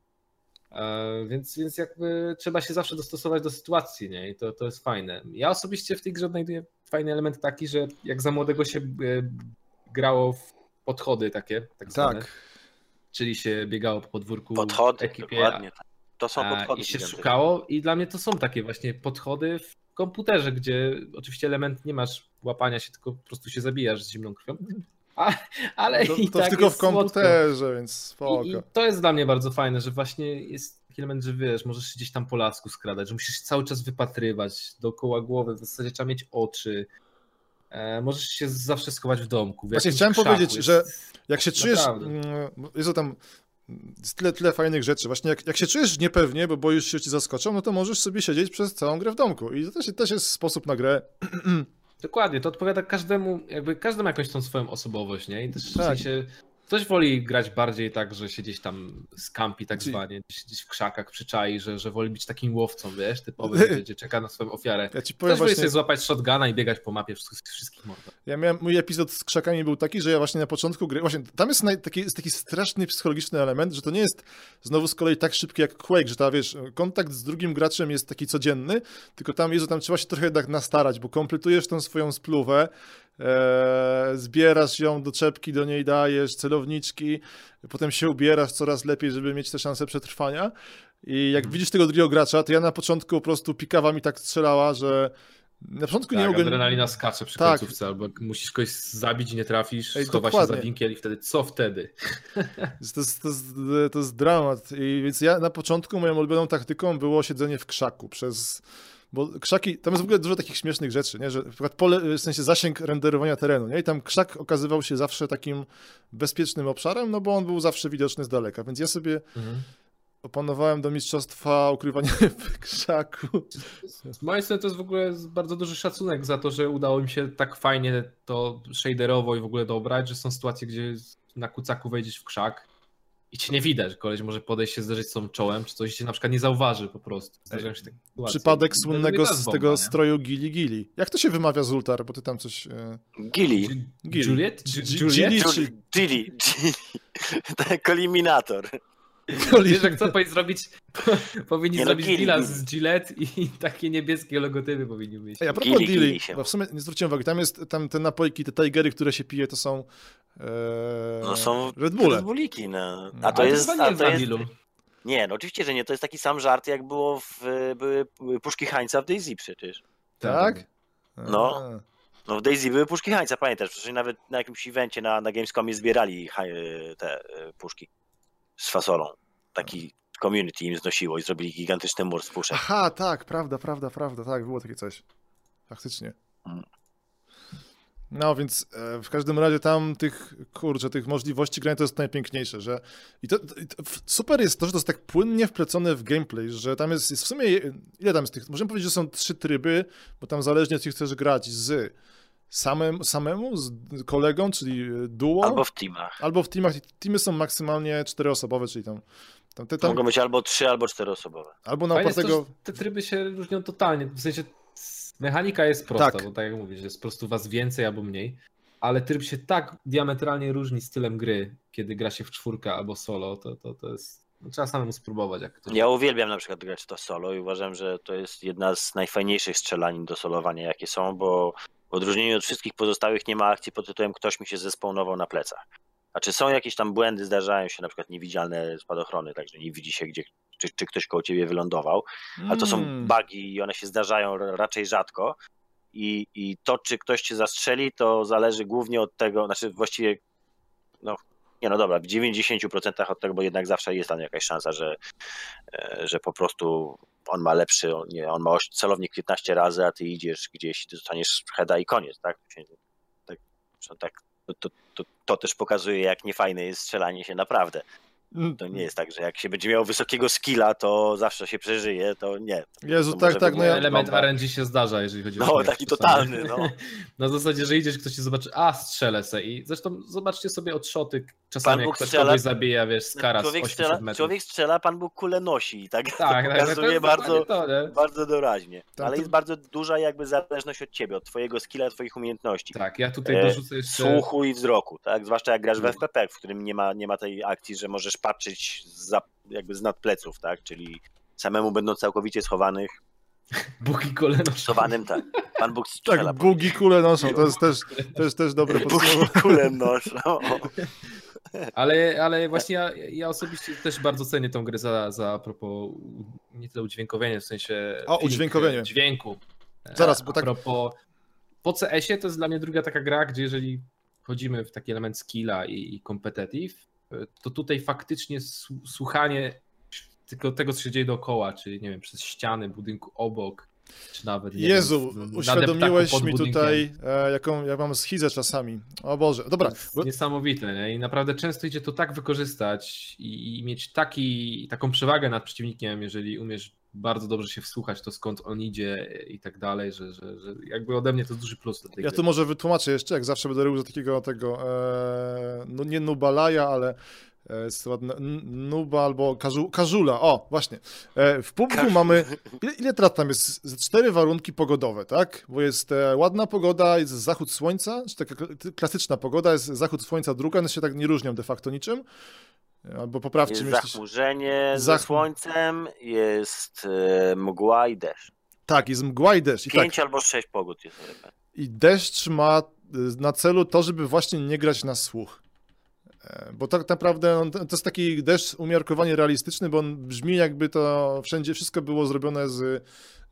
Więc jakby trzeba się zawsze dostosować do sytuacji, nie? I to jest fajne. Ja osobiście w tej grze odnajduję fajny element taki, że jak za młodego się grało w podchody takie, tak zwane, czyli się biegało po podwórku podchody, ekipie, dokładnie. To są podchody. I się szukało i dla mnie to są takie właśnie podchody w komputerze, gdzie oczywiście element nie masz łapania się, tylko po prostu się zabijasz z zimną krwią. Ale to tak tylko w komputerze, słodko. Więc spoko. I to jest dla mnie bardzo fajne, że właśnie jest taki element, że wiesz, możesz się gdzieś tam po lasku skradać, że musisz cały czas wypatrywać dookoła głowy, w zasadzie trzeba mieć oczy. Możesz się zawsze schować w domku. Właśnie chciałem powiedzieć, że jak się czujesz... Jest to tam tyle fajnych rzeczy. Właśnie jak się czujesz niepewnie, bo boisz się, że ci zaskoczą, no to możesz sobie siedzieć przez całą grę w domku. I to też jest sposób na grę. Dokładnie, to odpowiada każdemu, jakby każdy ma jakąś tą swoją osobowość, nie? I też w sensie ktoś woli grać bardziej tak, że się gdzieś tam skampi tak zwanie, gdzieś w krzakach przyczai, że woli być takim łowcą, wiesz, typowym, gdzie czeka na swoją ofiarę. Ja ci powiem ktoś woli sobie złapać shotguna i biegać po mapie wszystkich mordów. Mój epizod z krzakami był taki, że ja właśnie na początku gry, właśnie tam jest taki straszny psychologiczny element, że to nie jest znowu z kolei tak szybki jak Quake, że wiesz, kontakt z drugim graczem jest taki codzienny, tylko tam trzeba się trochę jednak nastarać, bo kompletujesz tą swoją spluwę, zbierasz ją do czepki, do niej dajesz celowniczki, potem się ubierasz coraz lepiej, żeby mieć te szanse przetrwania i jak widzisz tego drugiego gracza, to ja na początku po prostu pikawa mi tak strzelała, że na początku nie mogłem... adrenalina skacze przy końcówce, albo musisz kogoś zabić i nie trafisz, schowa się za winkiel i wtedy co wtedy? To jest dramat. Więc ja na początku moją ulubioną taktyką było siedzenie w krzaku bo krzaki, tam jest w ogóle dużo takich śmiesznych rzeczy, nie? Że na przykład w sensie zasięg renderowania terenu, nie? I tam krzak okazywał się zawsze takim bezpiecznym obszarem, no bo on był zawsze widoczny z daleka, więc ja sobie opanowałem do mistrzostwa ukrywania w krzaku. Z mojej strony to jest w ogóle bardzo duży szacunek za to, że udało mi się tak fajnie to shaderowo i w ogóle dobrać, że są sytuacje, gdzie na kucaku wejdziesz w krzak i cię nie widać, koleś może podejść się zderzyć z tą czołem, czy coś się na przykład nie zauważy po prostu. Zdarzają się takie sytuacje. Przypadek słynnego z tego stroju Gili. Jak to się wymawia z Ultar, bo ty tam coś... Gili. Juliet? Gili. To jak koliminator. Wiesz, jak co powinni zrobić? Powinni zrobić deala z Gillette i takie niebieskie logotypy powinni mieć. A propos deali, bo w sumie nie zwróciłem uwagi, tam te napojki, te Tigery, które się pije, to są są Red Bulle. Red Bulliki, no. A to jest Nie, no oczywiście, że nie. To jest taki sam żart, jak były puszki Heinza w DayZ przecież. Tak? No w DayZ były puszki Heinza, pamiętasz? Przecież nawet na jakimś evencie na Gamescomie zbierali te puszki z fasolą. Taki community im znosiło i zrobili gigantyczny mur z puszek. Aha, tak, prawda, tak, było takie coś. Faktycznie. No więc w każdym razie tam tych możliwości grania to jest najpiękniejsze, że super jest to, że to jest tak płynnie wplecone w gameplay, że tam jest w sumie, ile tam jest tych, możemy powiedzieć, że są 3 tryby, bo tam zależnie czy chcesz grać z samemu, z kolegą, czyli duo. Albo w teamach. Teamy są maksymalnie 4-osobowe, czyli tam mogą być albo 3, albo 4-osobowe. Albo na opartego... Te tryby się różnią totalnie, w sensie mechanika jest prosta, bo tak jak mówisz, jest po prostu was więcej albo mniej, ale tryb się tak diametralnie różni stylem gry, kiedy gra się w 4 albo solo, to jest... No, trzeba samemu spróbować. Ja uwielbiam na przykład grać to solo i uważam, że to jest jedna z najfajniejszych strzelanin do solowania, jakie są, bo w odróżnieniu od wszystkich pozostałych nie ma akcji pod tytułem ktoś mi się zespawnował na plecach. Znaczy są jakieś tam błędy, zdarzają się na przykład niewidzialne spadochrony, także nie widzi się, czy ktoś koło ciebie wylądował, ale to są bugi i one się zdarzają raczej rzadko i to, czy ktoś cię zastrzeli, to zależy głównie od tego, znaczy właściwie, w 90% od tego, bo jednak zawsze jest tam jakaś szansa, że po prostu on ma lepszy, on ma celownik 15 razy, a ty idziesz gdzieś, ty dostaniesz heada i koniec, tak? To też pokazuje, jak niefajne jest strzelanie się naprawdę. To nie jest tak, że jak się będzie miał wysokiego skilla, to zawsze się przeżyje, to nie. Jezu, tak. Element RNG się zdarza, jeżeli chodzi o... No, taki totalny, Na zasadzie, że idziesz, ktoś ci zobaczy, strzelę se i zresztą zobaczcie sobie odshoty, czasami jak ktoś kogoś zabija, wiesz, z kara z 800 metrów. Człowiek strzela, Pan Bóg kulę nosi i tak to pokazuje bardzo doraźnie. Ale jest bardzo duża jakby zależność od ciebie, od twojego skilla, twoich umiejętności. Tak, ja tutaj dorzucę jeszcze... Słuchu i wzroku, tak? Zwłaszcza jak grasz w FPP, w którym nie ma tej akcji, że możesz patrzeć jakby z nad pleców, tak? Czyli samemu będąc całkowicie schowanych. Bóg i kule noszą. Schowanym, tak. Pan Bóg strzela. Tak, Bóg i kule noszą, to jest też dobre podsumowanie. Bóg i kule noszą. Ale właśnie ja osobiście też bardzo cenię tą grę za propos nie tyle udźwiękowienia, w sensie udźwiękowienie dźwięku. Zaraz, bo tak... propos po CS-ie to jest dla mnie druga taka gra, gdzie jeżeli wchodzimy w taki element skilla i competitive, to tutaj faktycznie słuchanie tylko tego, co się dzieje dookoła, czyli nie wiem, przez ściany budynku obok, czy nawet... Jezu, uświadomiłeś mi tutaj, jak mam schizę czasami. O Boże, dobra. Niesamowite, nie? I naprawdę często idzie to tak wykorzystać i mieć taką przewagę nad przeciwnikiem, jeżeli umiesz bardzo dobrze się wsłuchać, to skąd on idzie i tak dalej, że jakby ode mnie to jest duży plus do tej gry. Ja tu może wytłumaczę jeszcze, jak zawsze będę robił za takiego nie Nubalaja, ale jest ładne, Nuba albo Każula. O, właśnie. W PUBG mamy, ile lat tam jest? Ze 4 warunki pogodowe, tak? Bo jest ładna pogoda, jest zachód słońca, czy taka klasyczna pogoda, jest zachód słońca druga, one się tak nie różnią de facto niczym. Albo poprawcie. Jest zachmurzenie ze słońcem, jest mgła i deszcz. Tak, jest mgła i deszcz. 5 albo 6 pogód jest. I deszcz ma na celu to, żeby właśnie nie grać na słuch. Bo tak naprawdę to jest taki deszcz umiarkowanie realistyczny, bo on brzmi jakby to wszędzie wszystko było zrobione z...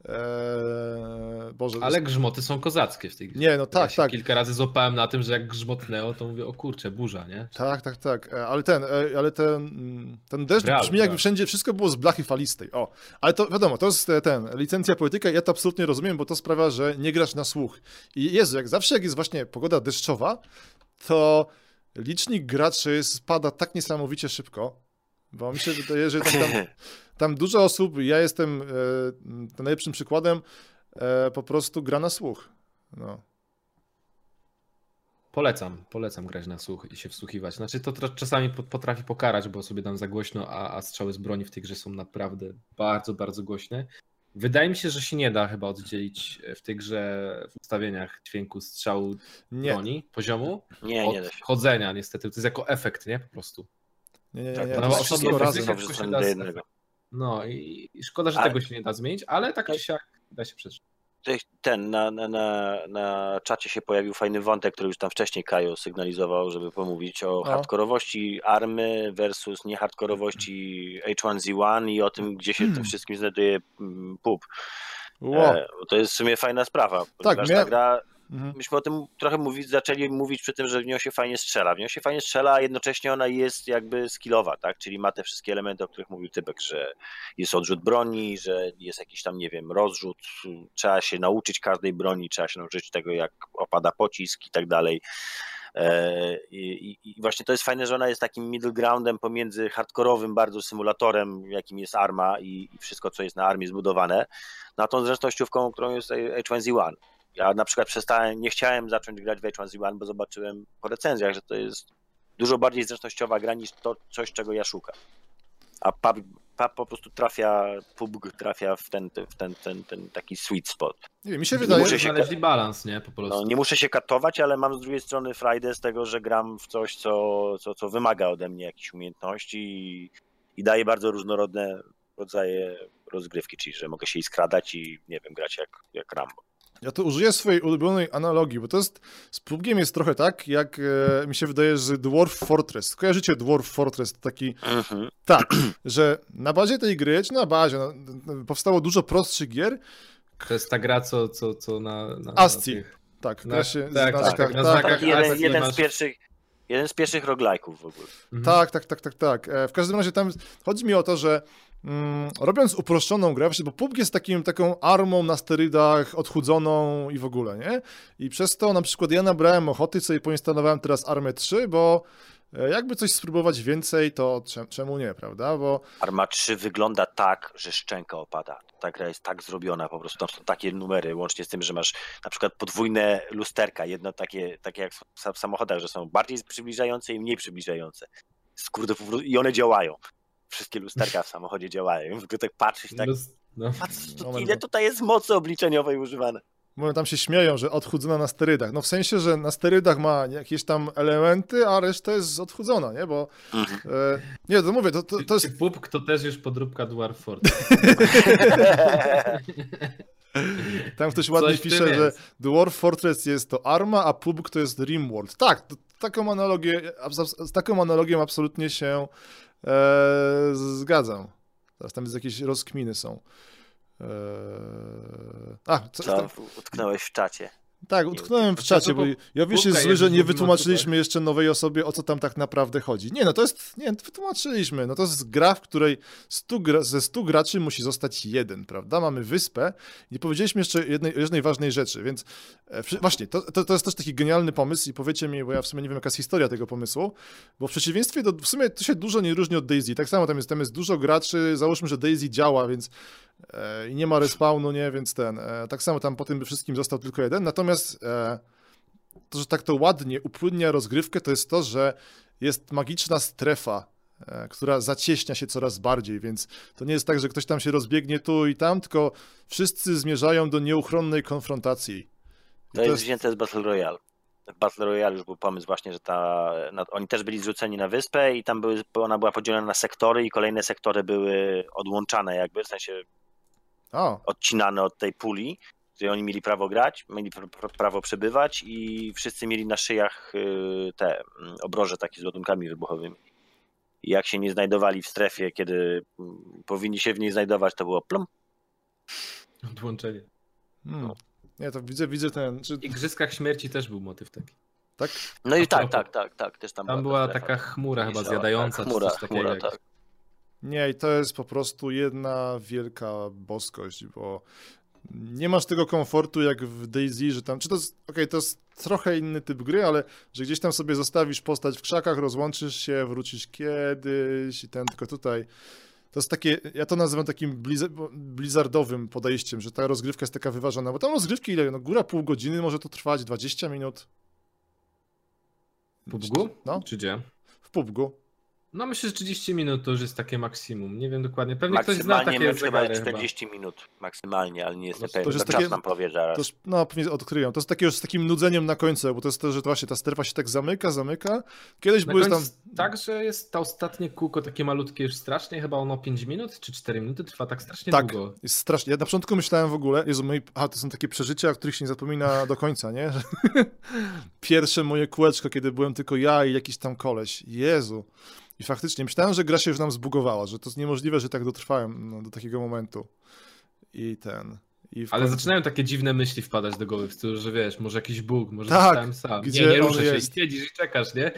Boże, ale grzmoty są kozackie w tej grze. Nie, no tak, tak. Kilka razy złapałem na tym, że jak grzmotnęło, to mówię, o kurczę, burza, nie? Tak. Ale ten deszcz brzmi jakby wszędzie wszystko było z blachy falistej. O, ale to wiadomo, to jest licencja poetyka i ja to absolutnie rozumiem, bo to sprawia, że nie grasz na słuch. I Jezu, jak zawsze jak jest właśnie pogoda deszczowa, to licznik graczy spada tak niesamowicie szybko, bo mi się wydaje, że tam dużo osób, ja jestem najlepszym przykładem, po prostu gra na słuch. No. Polecam grać na słuch i się wsłuchiwać. Znaczy to czasami potrafi pokarać, bo sobie dam za głośno, a strzały z broni w tej grze są naprawdę bardzo, bardzo głośne. Wydaje mi się, że się nie da chyba oddzielić w tej grze w ustawieniach dźwięku strzału broni, poziomu, nie da się. chodzenia niestety. To jest jako efekt, nie? Po prostu. Nie. No, osobno razem. No i szkoda, że tego się nie da zmienić, ale tak czy siak da się przeżyć. Na czacie się pojawił fajny wątek, który już tam wcześniej Kajo sygnalizował, żeby pomówić o hardkorowości army versus niehardkorowości H1Z1 i o tym, gdzie się tym wszystkim znajduje PUB. To jest w sumie fajna sprawa, ponieważ ta gra, myśmy o tym trochę zaczęli mówić przy tym, że w nią się fajnie strzela. W nią się fajnie strzela, a jednocześnie ona jest jakby skillowa, tak? Czyli ma te wszystkie elementy, o których mówił Tybek, że jest odrzut broni, że jest jakiś tam, nie wiem, rozrzut, trzeba się nauczyć każdej broni, trzeba się nauczyć tego, jak opada pocisk i tak dalej. I właśnie to jest fajne, że ona jest takim middle groundem pomiędzy hardkorowym bardzo symulatorem, jakim jest Arma i wszystko, co jest na Armii zbudowane, na tą zręcznościówką, którą jest H1Z1. Ja na przykład nie chciałem zacząć grać w H1Z1, bo zobaczyłem po recenzjach, że to jest dużo bardziej zręcznościowa gra niż to coś, czego ja szukam. A PUBG po prostu PUBG trafia w ten taki sweet spot. Nie, mi się wydaje, że znaleźli balans, nie? Po prostu. No, nie muszę się katować, ale mam z drugiej strony frajdę z tego, że gram w coś, co wymaga ode mnie jakichś umiejętności i daje bardzo różnorodne rodzaje rozgrywki, czyli że mogę się i skradać i, nie wiem, grać jak Rambo. Ja tu użyję swojej ulubionej analogii, bo to jest, z PUBG-iem jest trochę tak, jak mi się wydaje, że Dwarf Fortress. Kojarzycie Dwarf Fortress? To taki, tak, że na bazie tej gry, czy na bazie, powstało dużo prostszych gier. To jest ta gra, co na ASCII, tych... tak, na znakach. Jeden z pierwszych roguelike'ów w ogóle. Tak. W każdym razie tam chodzi mi o to, że robiąc uproszczoną grę, bo PUBG jest taką armą na sterydach, odchudzoną i w ogóle, nie? I przez to na przykład ja nabrałem ochoty, sobie poinstalowałem teraz Armę 3, bo jakby coś spróbować więcej, to czemu nie, prawda? Bo Arma 3 wygląda tak, że szczęka opada. Ta gra jest tak zrobiona, po prostu tam są takie numery, łącznie z tym, że masz na przykład podwójne lusterka, jedno takie jak w samochodach, że są bardziej przybliżające i mniej przybliżające. Kurde, i one działają. Wszystkie lusterka w samochodzie działają. Tylko tak patrzysz, tak, ile tutaj jest mocy obliczeniowej używane. Mówią, tam się śmieją, że odchudzona na sterydach. No w sensie, że na sterydach ma jakieś tam elementy, a reszta jest odchudzona, nie? Bo nie, to mówię, to jest... PUBG to też już podróbka Dwarf Fortress. Tam ktoś ładnie pisze, że Dwarf Fortress jest to Arma, a PUBG to jest RimWorld. Tak, z taką analogią absolutnie się zgadzam. Teraz tam jakieś rozkminy są. Utknąłeś w czacie. Tak, utknąłem w czacie, bo Jowisz jest zły, że nie wytłumaczyliśmy jeszcze nowej osobie, o co tam tak naprawdę chodzi. Nie, no to jest, wytłumaczyliśmy, no to jest gra, w której ze 100 graczy musi zostać jeden, prawda? Mamy wyspę i nie powiedzieliśmy jeszcze jednej ważnej rzeczy, więc właśnie, to jest też taki genialny pomysł i powiecie mi, bo ja w sumie nie wiem, jaka jest historia tego pomysłu, bo w przeciwieństwie w sumie to się dużo nie różni od DayZ, tak samo tam jest dużo graczy, załóżmy, że DayZ działa, więc i nie ma respawnu, nie, więc tak samo tam po tym wszystkim został tylko jeden, natomiast to, że tak to ładnie upłynnia rozgrywkę, to jest to, że jest magiczna strefa, która zacieśnia się coraz bardziej, więc to nie jest tak, że ktoś tam się rozbiegnie tu i tam, tylko wszyscy zmierzają do nieuchronnej konfrontacji. To jest wzięte z Battle Royale. W Battle Royale już był pomysł właśnie, że oni też byli zrzuceni na wyspę i tam ona była podzielona na sektory i kolejne sektory były odłączane jakby, w sensie odcinane od tej puli, w której oni mieli prawo grać, mieli prawo przebywać i wszyscy mieli na szyjach te obroże takie z ładunkami wybuchowymi. I jak się nie znajdowali w strefie, kiedy powinni się w niej znajdować, to było plum. Odłączenie. Nie, to widzę ten... W Igrzyskach Śmierci też był motyw taki. Tak? No i tak. Też tam była taka chmura chyba zjadająca. Chmura, tak. Nie, i to jest po prostu jedna wielka boskość, bo nie masz tego komfortu jak w DayZ, że tam, to jest trochę inny typ gry, ale że gdzieś tam sobie zostawisz postać w krzakach, rozłączysz się, wrócisz kiedyś i tylko tutaj. To jest takie, ja to nazywam takim blizzardowym podejściem, że ta rozgrywka jest taka wyważona, bo tam rozgrywki ile? No góra pół godziny, może to trwać 20 minut. W PUBG? No. Czy gdzie? W PUBG. No myślę, że 30 minut to już jest takie maksimum. Nie wiem dokładnie. Pewnie ktoś zna takie zegary. 40 minut maksymalnie, ale nie jestem pewien. To czas nam powie zaraz. Pewnie odkryją. To jest takie już z takim nudzeniem na końcu, bo to jest to, że właśnie ta strefa się tak zamyka. Kiedyś były tam... tak, że jest to ostatnie kółko takie malutkie już strasznie, chyba ono 5 minut czy 4 minuty trwa tak strasznie długo. Tak, jest strasznie. Ja na początku myślałem w ogóle, Jezu, to są takie przeżycia, o których się nie zapomina do końca, nie? Pierwsze moje kółeczko, kiedy byłem tylko ja i jakiś tam koleś. Jezu. I faktycznie myślałem, że gra się już nam zbugowała, że to jest niemożliwe, że tak dotrwałem do takiego momentu. Ale zaczynają takie dziwne myśli wpadać do głowy, w stylu, że wiesz, może jakiś bóg, może tak, zostałem sam. Gdzie nie ruszę się i siedzisz i czekasz, nie?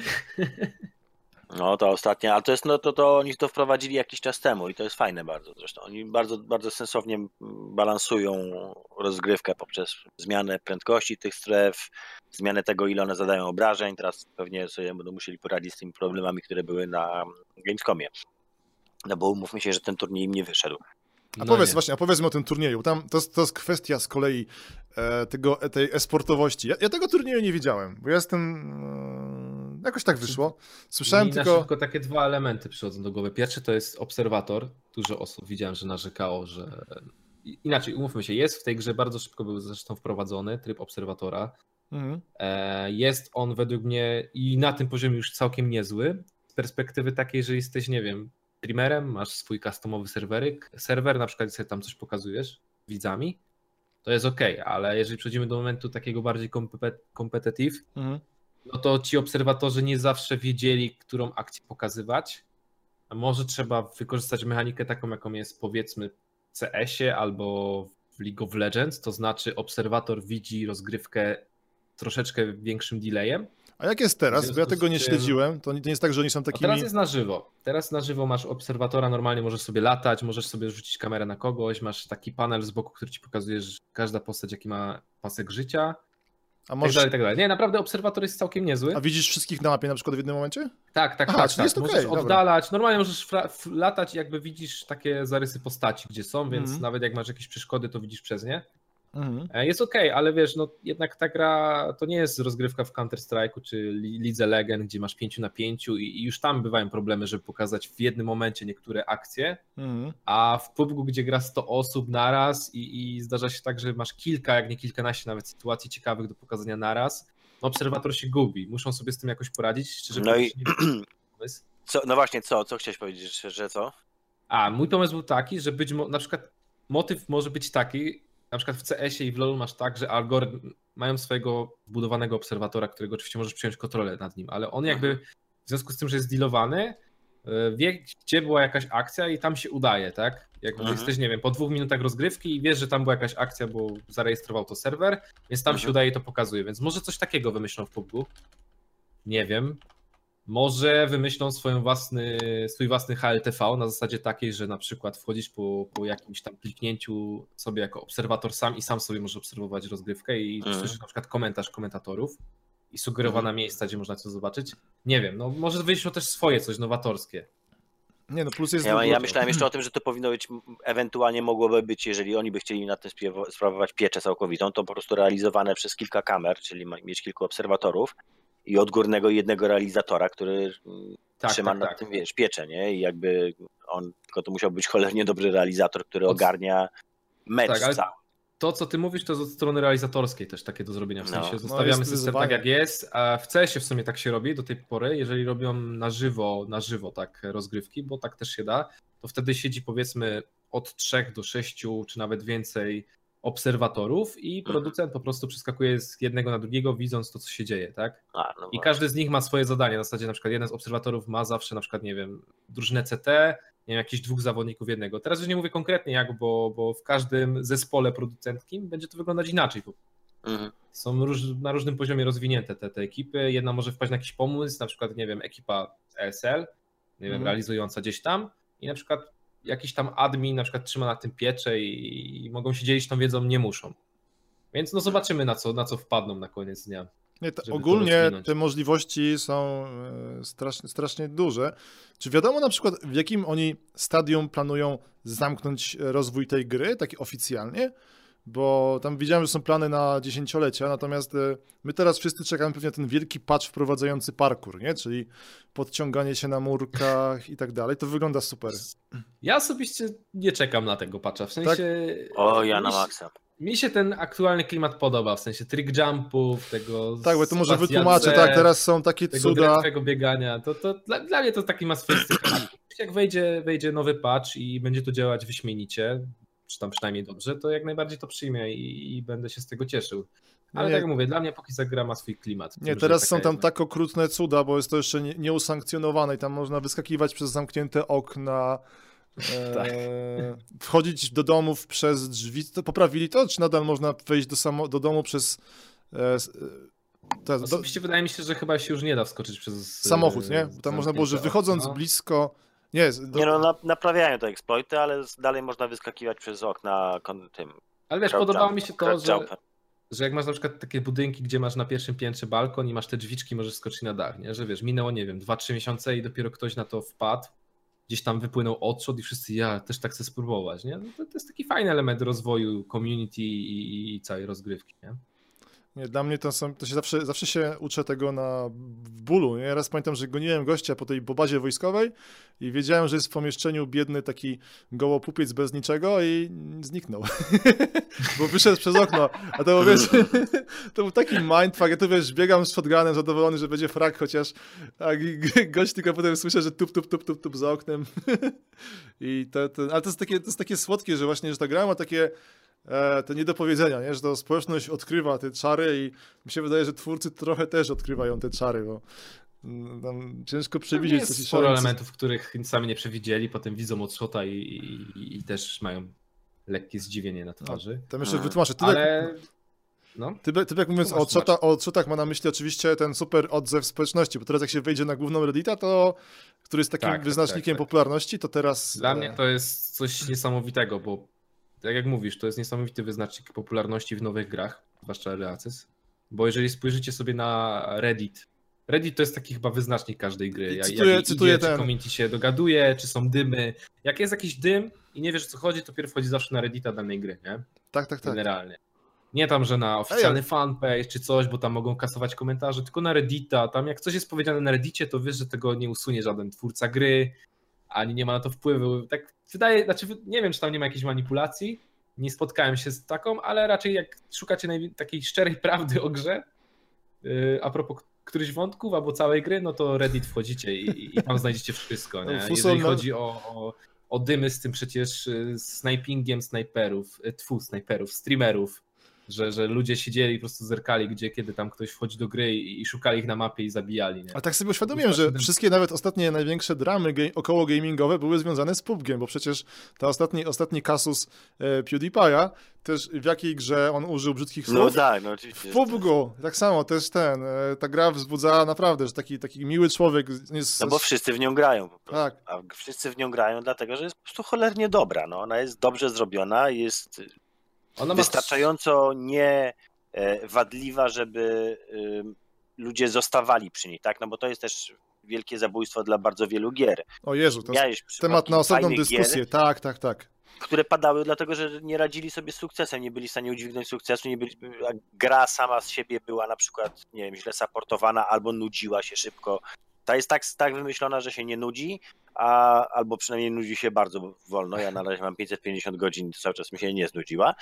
No to ostatnie, ale to jest, no to oni to wprowadzili jakiś czas temu i to jest fajne bardzo zresztą. Oni bardzo, bardzo sensownie balansują rozgrywkę poprzez zmianę prędkości tych stref, zmianę tego, ile one zadają obrażeń. Teraz pewnie sobie będą musieli poradzić z tymi problemami, które były na Gamescomie. No bo umówmy się, że ten turniej im nie wyszedł. Opowiedzmy o tym turnieju. Tam to jest kwestia z kolei tej esportowości. Ja tego turnieju nie widziałem, bo ja jestem... jakoś tak wyszło. Słyszałem tylko takie dwa elementy przychodzą do głowy. Pierwszy to jest obserwator. Dużo osób widziałem, że narzekało, że... Inaczej, umówmy się, jest w tej grze, bardzo szybko był zresztą wprowadzony tryb obserwatora. Jest on według mnie i na tym poziomie już całkiem niezły. Z perspektywy takiej, że jesteś, nie wiem, streamerem, masz swój customowy serwer, na przykład sobie tam coś pokazujesz widzami, to jest okej, ale jeżeli przechodzimy do momentu takiego bardziej competitive, no to ci obserwatorzy nie zawsze wiedzieli, którą akcję pokazywać. A może trzeba wykorzystać mechanikę taką, jaką jest powiedzmy w CS-ie albo w League of Legends, to znaczy obserwator widzi rozgrywkę troszeczkę większym delayem. A jak jest teraz? Bo ja tego nie śledziłem. To nie jest tak, że oni są takimi... Teraz jest na żywo. Teraz na żywo masz obserwatora, normalnie możesz sobie latać, możesz sobie rzucić kamerę na kogoś, masz taki panel z boku, który ci pokazuje, że każda postać jaki ma pasek życia. A możesz... tak dalej. Nie, naprawdę obserwator jest całkiem niezły. A widzisz wszystkich na mapie na przykład w jednym momencie? Tak. Jest możesz okay, oddalać. Normalnie możesz latać, jakby widzisz takie zarysy postaci, gdzie są, więc nawet jak masz jakieś przeszkody, to widzisz przez nie. Jest okej, ale wiesz, no jednak ta gra to nie jest rozgrywka w Counter-Strike'u czy Lidze Legend, gdzie masz 5 na 5 i już tam bywają problemy, żeby pokazać w jednym momencie niektóre akcje, a w PUBG, gdzie gra 100 osób naraz i zdarza się tak, że masz kilka, jak nie kilkanaście nawet sytuacji ciekawych do pokazania naraz, no obserwator się gubi, muszą sobie z tym jakoś poradzić. Szczerze no i no właśnie, co chciałeś powiedzieć, że co? Mój pomysł był taki, że na przykład motyw może być taki, na przykład w CS-ie i w LoL masz tak, że algorytm mają swojego wbudowanego obserwatora, którego oczywiście możesz przyjąć kontrolę nad nim, ale on jakby w związku z tym, że jest dealowany, wie, gdzie była jakaś akcja i tam się udaje, tak? Jakby jesteś, nie wiem, po 2 minutach rozgrywki i wiesz, że tam była jakaś akcja, bo zarejestrował to serwer, więc tam się udaje i to pokazuje, więc może coś takiego wymyślą w PUBG. Nie wiem. Może wymyślą swój własny HLTV na zasadzie takiej, że na przykład wchodzisz po jakimś tam kliknięciu sobie jako obserwator sam i sam sobie możesz obserwować rozgrywkę i słyszysz na przykład komentarz komentatorów i sugerowane miejsca, gdzie można coś zobaczyć. Nie wiem, no może wyjść też swoje, coś nowatorskie. Nie, no plus jest... Ja myślałem jeszcze o tym, że to powinno być, ewentualnie mogłoby być, jeżeli oni by chcieli nad tym sprawować pieczę całkowitą, to po prostu realizowane przez kilka kamer, czyli mieć kilku obserwatorów i odgórnego jednego realizatora, który trzyma nad tym, wiesz, pieczę, nie? I jakby tylko to musiał być cholernie dobry realizator, który ogarnia mecz cały. To, co ty mówisz, to jest od strony realizatorskiej też takie do zrobienia. W sensie zostawiamy system tak, jak jest, a w CS-ie w sumie tak się robi do tej pory, jeżeli robią na żywo tak rozgrywki, bo tak też się da, to wtedy siedzi powiedzmy od 3 do 6 czy nawet więcej obserwatorów i producent po prostu przeskakuje z jednego na drugiego, widząc to, co się dzieje, tak? I każdy z nich ma swoje zadanie. Na zasadzie na przykład jeden z obserwatorów ma zawsze na przykład, nie wiem, drużynę CT, nie wiem, jakichś 2 zawodników jednego. Teraz już nie mówię konkretnie jak, bo w każdym zespole producenckim będzie to wyglądać inaczej. Są na różnym poziomie rozwinięte te ekipy. Jedna może wpaść na jakiś pomysł, na przykład, nie wiem, ekipa ESL, nie wiem, realizująca gdzieś tam i na przykład jakiś tam admin na przykład trzyma na tym pieczę i mogą się dzielić tą wiedzą, nie muszą. Więc no zobaczymy na co wpadną na koniec dnia. Nie, ogólnie te możliwości są strasznie duże. Czy wiadomo na przykład, w jakim oni stadium planują zamknąć rozwój tej gry, tak oficjalnie? Bo tam widziałem, że są plany na 10-lecia, natomiast my teraz wszyscy czekamy pewnie na ten wielki patch wprowadzający parkour, nie? Czyli podciąganie się na murkach i tak dalej. To wygląda super. Ja osobiście nie czekam na tego patcha, w sensie... Tak? Ja na maksa. Mi się ten aktualny klimat podoba, w sensie trick jumpów, tego... Tak, bo to może wytłumaczę, tak, teraz są takie cuda... Tego biegania, to dla mnie to taki ma swoisty klimat. Jak wejdzie nowy patch i będzie to działać wyśmienicie, czy tam przynajmniej dobrze, to jak najbardziej to przyjmę i będę się z tego cieszył. Ale tak jak mówię, dla mnie póki co gra ma swój klimat. Nie, teraz są tam tak okrutne cuda, bo jest to jeszcze nieusankcjonowane i tam można wyskakiwać przez zamknięte okna, wchodzić do domów przez drzwi. Poprawili to, czy nadal można wejść do domu przez... Osobiście wydaje mi się, że chyba się już nie da wskoczyć przez... Samochód, nie? Tam można było, że wychodząc blisko... Nie, naprawiają te exploity, ale dalej można wyskakiwać przez okna tym. Ale wiesz, podobało mi się to, że jak masz na przykład takie budynki, gdzie masz na pierwszym piętrze balkon i masz te drzwiczki, możesz skoczyć na dach, nie? Że wiesz, minęło, nie wiem, 2-3 miesiące i dopiero ktoś na to wpadł, gdzieś tam wypłynął odszot i wszyscy, ja też tak chcę spróbować, nie? No to jest taki fajny element rozwoju community i całej rozgrywki, nie? Nie, dla mnie to się zawsze się uczę tego w bólu. Nie? Raz pamiętam, że goniłem gościa po tej bazie wojskowej i wiedziałem, że jest w pomieszczeniu biedny taki gołopupiec bez niczego i zniknął. Bo wyszedł przez okno. A to wiesz, to był taki mindfuck. Ja tu wiesz, biegam z shotgunem zadowolony, że będzie frag chociaż. A gość tylko potem słyszę, że tup za oknem. Ale to jest takie słodkie, że właśnie, że ta gra ma takie te niedopowiedzenia, nie? Że to społeczność odkrywa te czary i mi się wydaje, że twórcy trochę też odkrywają te czary, bo tam ciężko przewidzieć. No jest sporo elementów, których sami nie przewidzieli, potem widzą odszota i też mają lekkie zdziwienie na twarzy. Tam jeszcze wytłumaczę. Tybek mówiąc o odszotach ma na myśli oczywiście ten super odzew społeczności, bo teraz jak się wejdzie na główną Reddita, który jest takim wyznacznikiem popularności, to teraz... Dla mnie to jest coś niesamowitego, bo tak jak mówisz, to jest niesamowity wyznacznik popularności w nowych grach, zwłaszcza Early Access, bo jeżeli spojrzycie sobie na Reddit to jest taki chyba wyznacznik każdej gry. Cytuję czy community się dogaduje, czy są dymy. Jak jest jakiś dym i nie wiesz o co chodzi, to pierw wchodzi zawsze na Reddita danej gry, nie? Tak. Generalnie. Nie tam, że na oficjalny fanpage czy coś, bo tam mogą kasować komentarze, tylko na Reddita. Tam jak coś jest powiedziane na Reddicie, to wiesz, że tego nie usunie żaden twórca gry, ani nie ma na to wpływu. Tak wydaje, nie wiem, czy tam nie ma jakiejś manipulacji, nie spotkałem się z taką, ale raczej jak szukacie takiej szczerej prawdy o grze, a propos którychś wątków albo całej gry, no to Reddit wchodzicie i tam znajdziecie wszystko. Nie? Jeżeli chodzi o dymy z tym przecież snipingiem snajperów, streamerów, że ludzie siedzieli i po prostu zerkali, kiedy tam ktoś wchodzi do gry i szukali ich na mapie i zabijali. Nie? A tak sobie uświadomiłem, że wszystkie nawet ostatnie największe dramy około gamingowe były związane z PUBGiem, bo przecież ta ostatni kasus PewDiePie'a, też w jakiej grze on użył brzydkich słów? No tak, no oczywiście. W PUBGu, tak samo, też ta gra wzbudzała naprawdę, że taki miły człowiek jest... No bo wszyscy w nią grają po prostu. Tak. A wszyscy w nią grają dlatego, że jest po prostu cholernie dobra, no ona jest dobrze zrobiona, jest... Ona wystarczająco niewadliwa, żeby ludzie zostawali przy niej, tak? No bo to jest też wielkie zabójstwo dla bardzo wielu gier. O Jezu, to jest temat na osobną dyskusję, tak. Które padały dlatego, że nie radzili sobie z sukcesem, nie byli w stanie udźwignąć sukcesu, gra sama z siebie była na przykład, nie wiem, źle supportowana albo nudziła się szybko. Ta jest tak wymyślona, że się nie nudzi, albo przynajmniej nudzi się bardzo wolno. Ja na razie mam 550 godzin, cały czas mi się nie znudziła.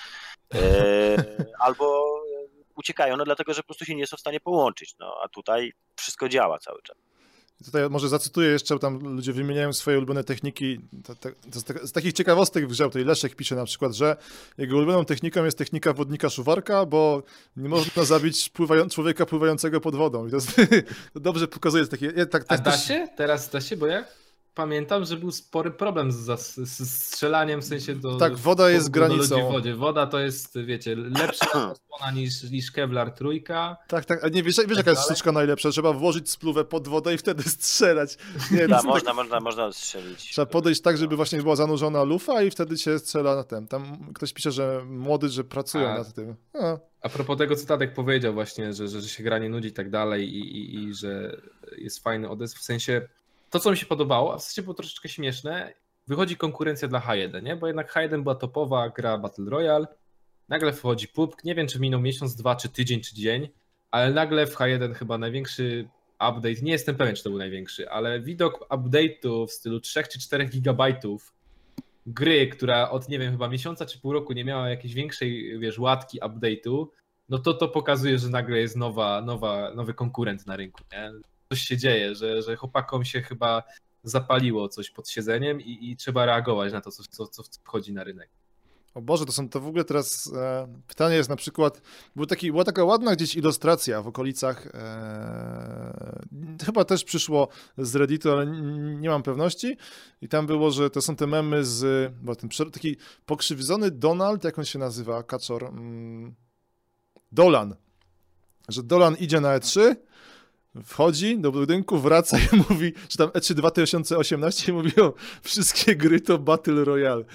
Albo uciekają, no dlatego, że po prostu się nie są w stanie połączyć. No, a tutaj wszystko działa cały czas. Tutaj może zacytuję jeszcze, tam ludzie wymieniają swoje ulubione techniki. Z takich ciekawostek w grze, tutaj Leszek pisze na przykład, że jego ulubioną techniką jest technika wodnika szuwarka, bo nie można zabić człowieka pływającego pod wodą. I to dobrze pokazuje takie... A da się? Teraz da się, bo ja pamiętam, że był spory problem z strzelaniem, w sensie Tak, woda jest granicą. Ludzi w wodzie. Woda to jest, wiecie, lepsza osłona niż Kevlar trójka. Tak, a nie wiesz jaka jest sztuczka najlepsza? Trzeba włożyć spluwę pod wodę i wtedy strzelać. Nie, można strzelić. Trzeba podejść tak, żeby właśnie była zanurzona lufa i wtedy się strzela na tym. Tam ktoś pisze, że młody, że pracują nad tym. A propos tego, co Tadek powiedział właśnie, że się gra nie nudzi i tak dalej i że jest fajny odezw, w sensie to, co mi się podobało, a w sensie było troszeczkę śmieszne, wychodzi konkurencja dla H1, nie? Bo jednak H1 była topowa gra Battle Royale, nagle wchodzi PUBG, nie wiem czy minął miesiąc, 2, czy tydzień, czy dzień, ale nagle w H1 chyba największy update, nie jestem pewien czy to był największy, ale widok update'u w stylu 3 czy 4 gigabajtów gry, która od, nie wiem, chyba miesiąca czy pół roku nie miała jakiejś większej, wiesz, łatki, update'u, no to pokazuje, że nagle jest nowy konkurent na rynku, nie? Coś się dzieje, że chłopakom się chyba zapaliło coś pod siedzeniem i trzeba reagować na to, co wchodzi na rynek. O Boże, to w ogóle teraz pytanie jest na przykład, była taka ładna gdzieś ilustracja w okolicach, chyba też przyszło z Redditu, ale nie mam pewności i tam było, że to są te memy bo ten taki pokrzywdzony Donald, jak on się nazywa, kaczor, Dolan, że Dolan idzie na E3, wchodzi do budynku, wraca i mówi, że tam E3 2018 i mówi, o, wszystkie gry to Battle Royale.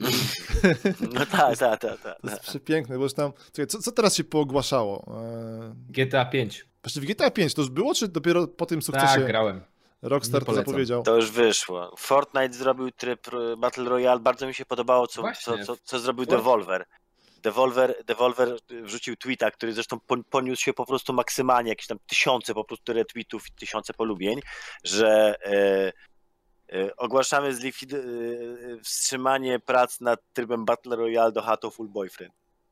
No tak. To jest przepiękne, bo już tam, czekaj, co teraz się poogłaszało? GTA 5. Właśnie w GTA 5 to już było, czy dopiero po tym sukcesie? Tak, grałem. Rockstar to zapowiedział. To już wyszło. Fortnite zrobił tryb Battle Royale, bardzo mi się podobało, co zrobił Devolver. Devolver wrzucił tweeta, który zresztą poniósł się po prostu maksymalnie, jakieś tam tysiące po prostu retweetów i tysiące polubień, że ogłaszamy wstrzymanie prac nad trybem Battle Royale do Hatoful Boyfriend.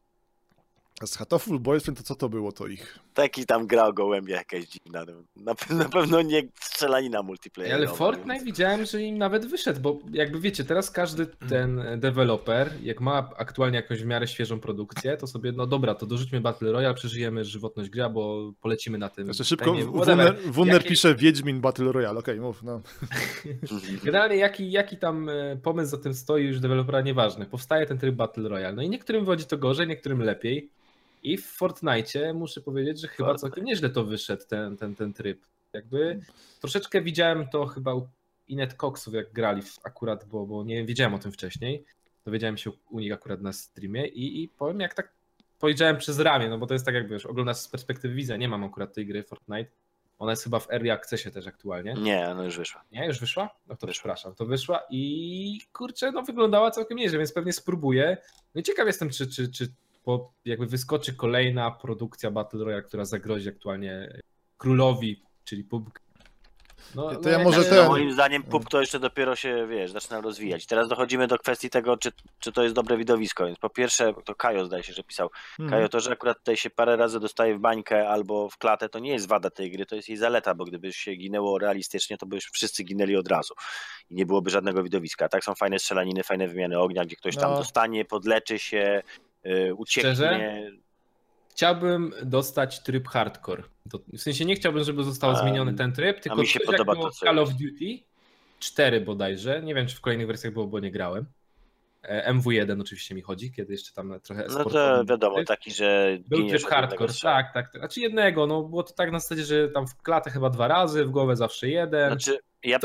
A z Hatoful Boyfriend to co to było to ich? Taki tam gra o gołębie jakaś dziwna. Na pewno nie strzelanina multiplayer. Ale Fortnite widziałem, że im nawet wyszedł, bo jakby wiecie, teraz każdy ten deweloper, jak ma aktualnie jakąś w miarę świeżą produkcję, to sobie, no dobra, to dorzućmy Battle Royale, przeżyjemy żywotność gra, bo polecimy na tym. Jeszcze szybko, Wunder pisze Wiedźmin Battle Royale, okej, mów, no. Generalnie jaki tam pomysł za tym stoi, już dewelopera nieważny. Powstaje ten tryb Battle Royale, no i niektórym wychodzi to gorzej, niektórym lepiej. I w Fortnite muszę powiedzieć, że chyba całkiem nieźle to wyszedł, ten tryb. Jakby troszeczkę widziałem to chyba u Inet Coxów, jak grali akurat, bo nie wiedziałem o tym wcześniej. Dowiedziałem się u nich akurat na streamie i powiem, jak tak powiedziałem przez ramię, no bo to jest tak, jak wiesz, oglądasz z perspektywy widza, nie mam akurat tej gry Fortnite. Ona jest chyba w Early Accessie też aktualnie. Nie, no już wyszła. Nie, już wyszła? No to przepraszam, to wyszła i kurczę, no wyglądała całkiem nieźle, więc pewnie spróbuję. No i ciekaw jestem, czy jakby wyskoczy kolejna produkcja Battle Royale, która zagrozi aktualnie królowi, czyli PUBG. To ja może moim zdaniem PUBG to jeszcze dopiero się, zaczyna rozwijać. Teraz dochodzimy do kwestii tego, czy to jest dobre widowisko. Więc po pierwsze, to Kajo zdaje się, że pisał. Kajo, to, że akurat tutaj się parę razy dostaje w bańkę albo w klatę, to nie jest wada tej gry, to jest jej zaleta, bo gdyby się ginęło realistycznie, to by już wszyscy ginęli od razu i nie byłoby żadnego widowiska. Tak, są fajne strzelaniny, fajne wymiany ognia, gdzie ktoś tam dostanie, podleczy się, ucieknie. Szczerze? Chciałbym dostać tryb hardcore. W sensie nie chciałbym, żeby został zmieniony ten tryb, tylko mi się podoba to, Call of Duty 4 bodajże. Nie wiem, czy w kolejnych wersjach było, bo nie grałem. MW1 oczywiście mi chodzi, kiedy jeszcze tam trochę no to wiadomo, taki, że był tryb hardcore, tak. Znaczy jednego, no było to tak na zasadzie, że tam w klatę chyba 2 razy, w głowę zawsze jeden. Znaczy,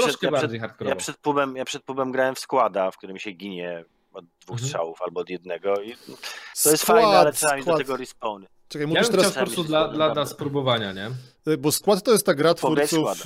ja przed pubem grałem w składa, w którym się ginie od 2 strzałów albo od 1 i to jest fajne, ale trzeba mieć do tego respawny. Czekaj, ja bym teraz po prostu dla spróbowania, nie? Bo skład to jest ta gra twórców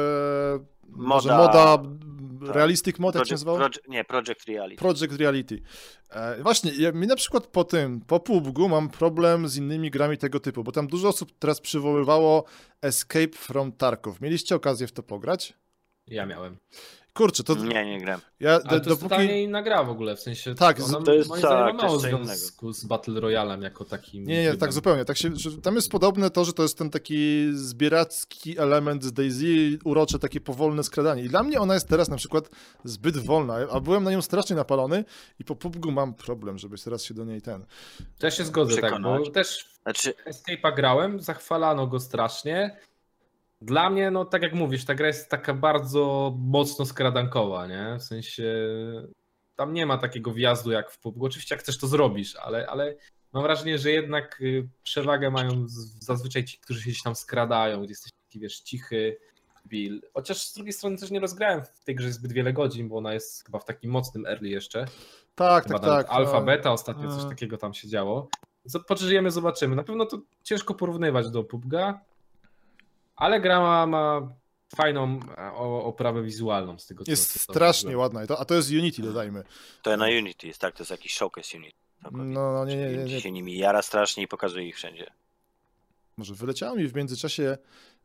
moda Realistic Mod, jak się nazywało? Project Reality. Project Reality. Właśnie, mi na przykład po PUBG mam problem z innymi grami tego typu, bo tam dużo osób teraz przywoływało Escape from Tarkov. Mieliście okazję w to pograć? Ja miałem. Kurczę, to... Nie grałem. Ale to jest totalnie inna gra w ogóle, w sensie tak, to jest ma mało związku z Battle Royalem jako takim. Nie, tak zupełnie. Tam jest podobne to, że to jest ten taki zbieracki element z DayZ, urocze, takie powolne skradanie. I dla mnie ona jest teraz na przykład zbyt wolna, a byłem na nią strasznie napalony i po PUBG mam problem, żeby teraz się do niej Też się zgodzę, przekonać. Tak, bo też Escape'a grałem, zachwalano go strasznie. Dla mnie, no tak jak mówisz, ta gra jest taka bardzo mocno skradankowa, nie? W sensie tam nie ma takiego wjazdu jak w PUBG. Oczywiście jak chcesz to zrobisz, ale mam wrażenie, że jednak przewagę mają zazwyczaj ci, którzy się gdzieś tam skradają, gdzie jesteś taki, wiesz, cichy, Bill. Chociaż z drugiej strony też nie rozgrałem w tej grze zbyt wiele godzin, bo ona jest chyba w takim mocnym early jeszcze. Tak. Alfa, beta, ostatnio coś takiego tam się działo. Pożyjemy, zobaczymy. Na pewno to ciężko porównywać do PUBG'a. Ale gra ma fajną oprawę wizualną z tego, co jest strasznie ładna. A to jest Unity, dodajmy. To na Unity jest, tak, to jest jakiś showcase Unity. No, nie. się nimi jara strasznie i pokazuje ich wszędzie. Może wyleciała mi w międzyczasie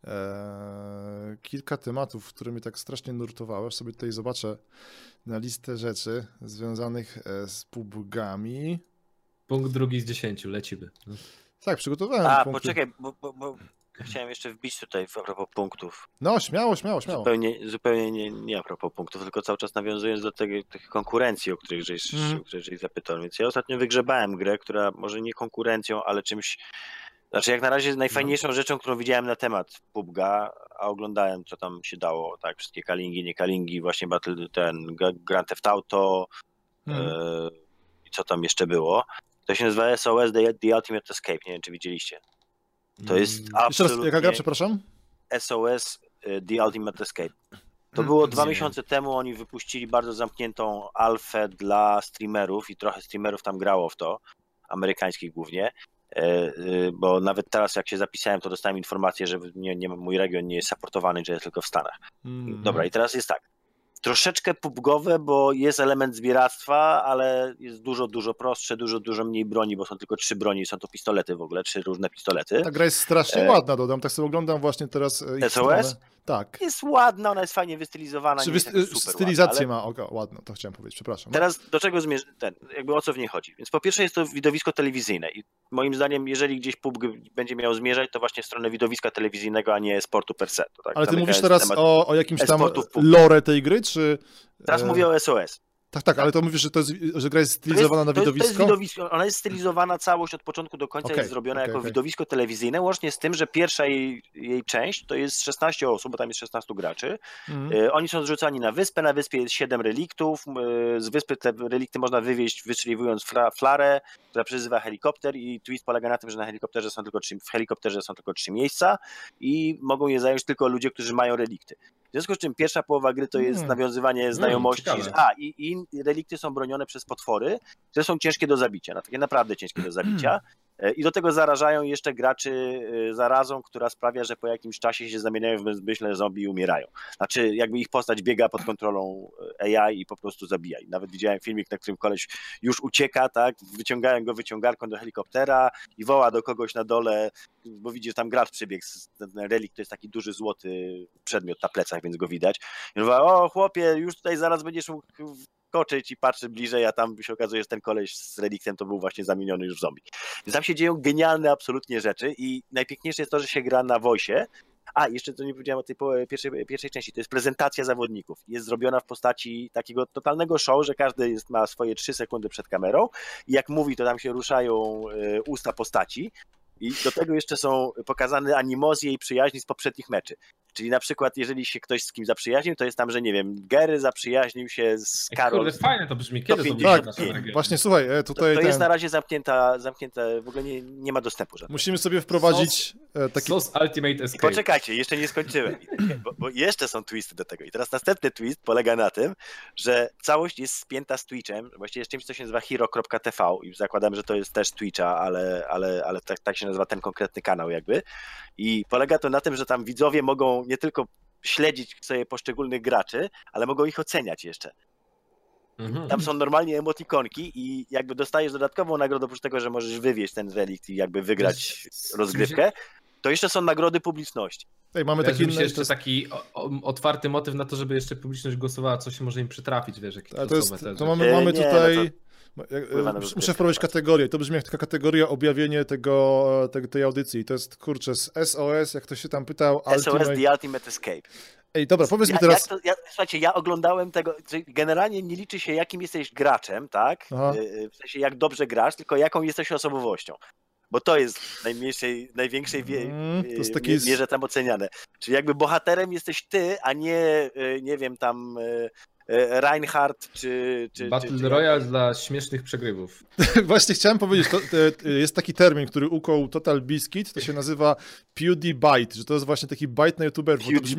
kilka tematów, które mnie tak strasznie nurtowały. Aż sobie tutaj zobaczę na listę rzeczy związanych z PUBG-ami. Punkt 2 z 10, lecimy. Tak, przygotowałem punkty. Poczekaj, bo chciałem jeszcze wbić tutaj a propos punktów. No, śmiało. Zupełnie nie a propos punktów, tylko cały czas nawiązując do tej konkurencji, o której żeś zapytał. Więc ja ostatnio wygrzebałem grę, która może nie konkurencją, ale czymś. Znaczy, jak na razie najfajniejszą rzeczą, którą widziałem na temat PUBG, a oglądałem, co tam się dało, tak, wszystkie kalingi, nie kalingi, właśnie Grand Theft Auto i co tam jeszcze było. To się nazywa SOS The Ultimate Escape, nie wiem, czy widzieliście. To jest absolutnie... Jeszcze raz, jaka gra, przepraszam? SOS The Ultimate Escape. To było 2 miesiące temu, oni wypuścili bardzo zamkniętą alfę dla streamerów i trochę streamerów tam grało w to, amerykańskich głównie, bo nawet teraz jak się zapisałem, to dostałem informację, że mój region nie jest supportowany, że jest tylko w Stanach. Dobra, i teraz jest tak. Troszeczkę PUBGowe, bo jest element zbieractwa, ale jest dużo prostsze, dużo mniej broni, bo są tylko 3 broni, są to pistolety w ogóle, 3 różne pistolety. Ta gra jest strasznie ładna, dodam, tak sobie oglądam właśnie teraz ich SOS? Tak. Jest ładna, ona jest fajnie wystylizowana. Stylizację ma ładną, to chciałem powiedzieć, przepraszam. Teraz do czego jakby o co w niej chodzi? Więc po pierwsze jest to widowisko telewizyjne i moim zdaniem, jeżeli gdzieś PUBG będzie miał zmierzać, to właśnie w stronę widowiska telewizyjnego, a nie sportu per se. To tak, ale ty mówisz teraz o jakimś tam lore tej gry, czy... Teraz mówię o SOS. Tak, ale to mówisz, że gra jest stylizowana na widowisko? To jest widowisko, ona jest stylizowana całość od początku do końca, jest zrobiona jako widowisko telewizyjne, łącznie z tym, że pierwsza jej część to jest 16 osób, bo tam jest 16 graczy. Oni są zrzucani na wyspie jest 7 reliktów, z wyspy te relikty można wywieźć, wystrzeliwując flarę, która przezywa helikopter i twist polega na tym, że w helikopterze są tylko 3 miejsca i mogą je zająć tylko ludzie, którzy mają relikty. W związku z czym pierwsza połowa gry to jest nawiązywanie znajomości, i relikty są bronione przez potwory, które są ciężkie do zabicia, takie naprawdę ciężkie do zabicia. I do tego zarażają jeszcze graczy zarazą, która sprawia, że po jakimś czasie się zamieniają w bezmyślne zombie i umierają. Znaczy jakby ich postać biega pod kontrolą AI i po prostu zabija. I nawet widziałem filmik, na którym koleś już ucieka, tak? Wyciągają go wyciągarką do helikoptera i woła do kogoś na dole, bo widzi, że tam gracz przybiegł. Ten relikt to jest taki duży złoty przedmiot na plecach, więc go widać. I on mówi, o chłopie, już tutaj zaraz będziesz mógł skoczyć i patrzy bliżej, a tam się okazuje, że ten koleś z reliktem to był właśnie zamieniony już w zombie. Więc tam się dzieją genialne absolutnie rzeczy i najpiękniejsze jest to, że się gra na voice. A, jeszcze to nie powiedziałem o tej pierwszej części, to jest prezentacja zawodników. Jest zrobiona w postaci takiego totalnego show, że każdy ma swoje 3 sekundy przed kamerą i jak mówi, to tam się ruszają usta postaci. I do tego jeszcze są pokazane animozje i przyjaźni z poprzednich meczy. Czyli na przykład, jeżeli się ktoś z kim zaprzyjaźnił, to jest tam, że nie wiem, Gary zaprzyjaźnił się z Karol. Kurde, fajnie to brzmi. Kiedy to tak, właśnie słuchaj, tutaj... To jest na razie zamknięte, w ogóle nie ma dostępu żadnego. Musimy sobie wprowadzić taki... SOS Ultimate Escape. Poczekajcie, jeszcze nie skończyłem, bo jeszcze są twisty do tego. I teraz następny twist polega na tym, że całość jest spięta z Twitchem, właściwie z czymś, co się nazywa hero.tv i zakładam, że to jest też Twitcha, ale tak się nazywa ten konkretny kanał jakby. I polega to na tym, że tam widzowie mogą nie tylko śledzić sobie poszczególnych graczy, ale mogą ich oceniać jeszcze. Tam są normalnie emotikonki i jakby dostajesz dodatkową nagrodę, oprócz tego, że możesz wywieźć ten relikt i jakby wygrać rozgrywkę, to jeszcze są nagrody publiczności. Mamy jeszcze taki otwarty motyw na to, żeby jeszcze publiczność głosowała, co się może im przytrafić, wiesz, jakieś mamy tutaj... Muszę wprowadzić kategorię. To brzmi jak taka kategoria objawienie tej audycji. To jest, kurczę, z SOS, jak ktoś się tam pytał. SOS The Ultimate Escape. Ej, dobra, powiedz mi teraz... Słuchajcie, ja oglądałem tego, generalnie nie liczy się, jakim jesteś graczem, tak? W sensie, jak dobrze grasz, tylko jaką jesteś osobowością. Bo to jest w największej mierze tam oceniane. Czyli jakby bohaterem jesteś ty, a nie wiem, tam... Reinhardt czy Battle Royale dla śmiesznych przegrywów. Właśnie chciałem powiedzieć, jest taki termin, który ukuł Total Biscuit, to się nazywa PewDieBite, że to jest właśnie taki bite na youtuber.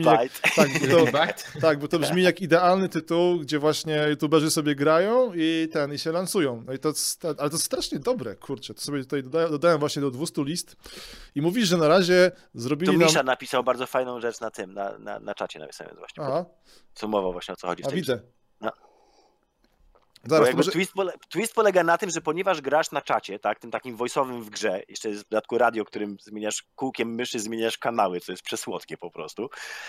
Bo to brzmi jak idealny tytuł, gdzie właśnie youtuberzy sobie grają i się lansują. No i ale to jest strasznie dobre, kurczę. To sobie tutaj dodałem właśnie do 200 list i mówisz, że na razie zrobili tu Misza napisał bardzo fajną rzecz na tym, na czacie napisałem właśnie. Sumował właśnie, o co chodzi. Widzę. No. Zaraz, bo twist polega na tym, że ponieważ grasz na czacie, tak, tym takim voice'owym w grze, jeszcze jest w dodatku radio, którym zmieniasz kółkiem myszy, zmieniasz kanały, co jest przesłodkie po prostu,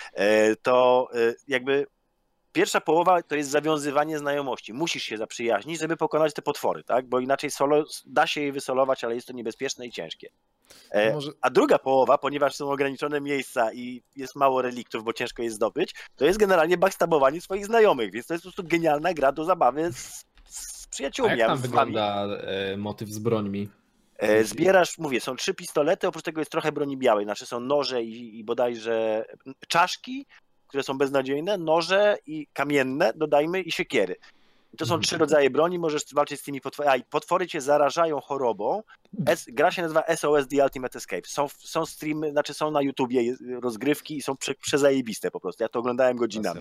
to jakby pierwsza połowa to jest zawiązywanie znajomości. Musisz się zaprzyjaźnić, żeby pokonać te potwory, tak? Bo inaczej solo, da się je wysolować, ale jest to niebezpieczne i ciężkie. A druga połowa, ponieważ są ograniczone miejsca i jest mało reliktów, bo ciężko je zdobyć, to jest generalnie backstabowanie swoich znajomych, więc to jest po prostu genialna gra do zabawy z przyjaciółmi. A jak tam wygląda motyw z brońmi? Zbierasz, mówię, są 3 pistolety, oprócz tego jest trochę broni białej, znaczy są noże i bodajże czaszki, które są beznadziejne, noże i kamienne, dodajmy, i siekiery. I to są 3 rodzaje broni, możesz walczyć z tymi potworami. Potwory cię zarażają chorobą. Gra się nazywa SOS The Ultimate Escape. Są streamy, znaczy są na YouTubie rozgrywki i są przezajebiste po prostu. Ja to oglądałem godzinami.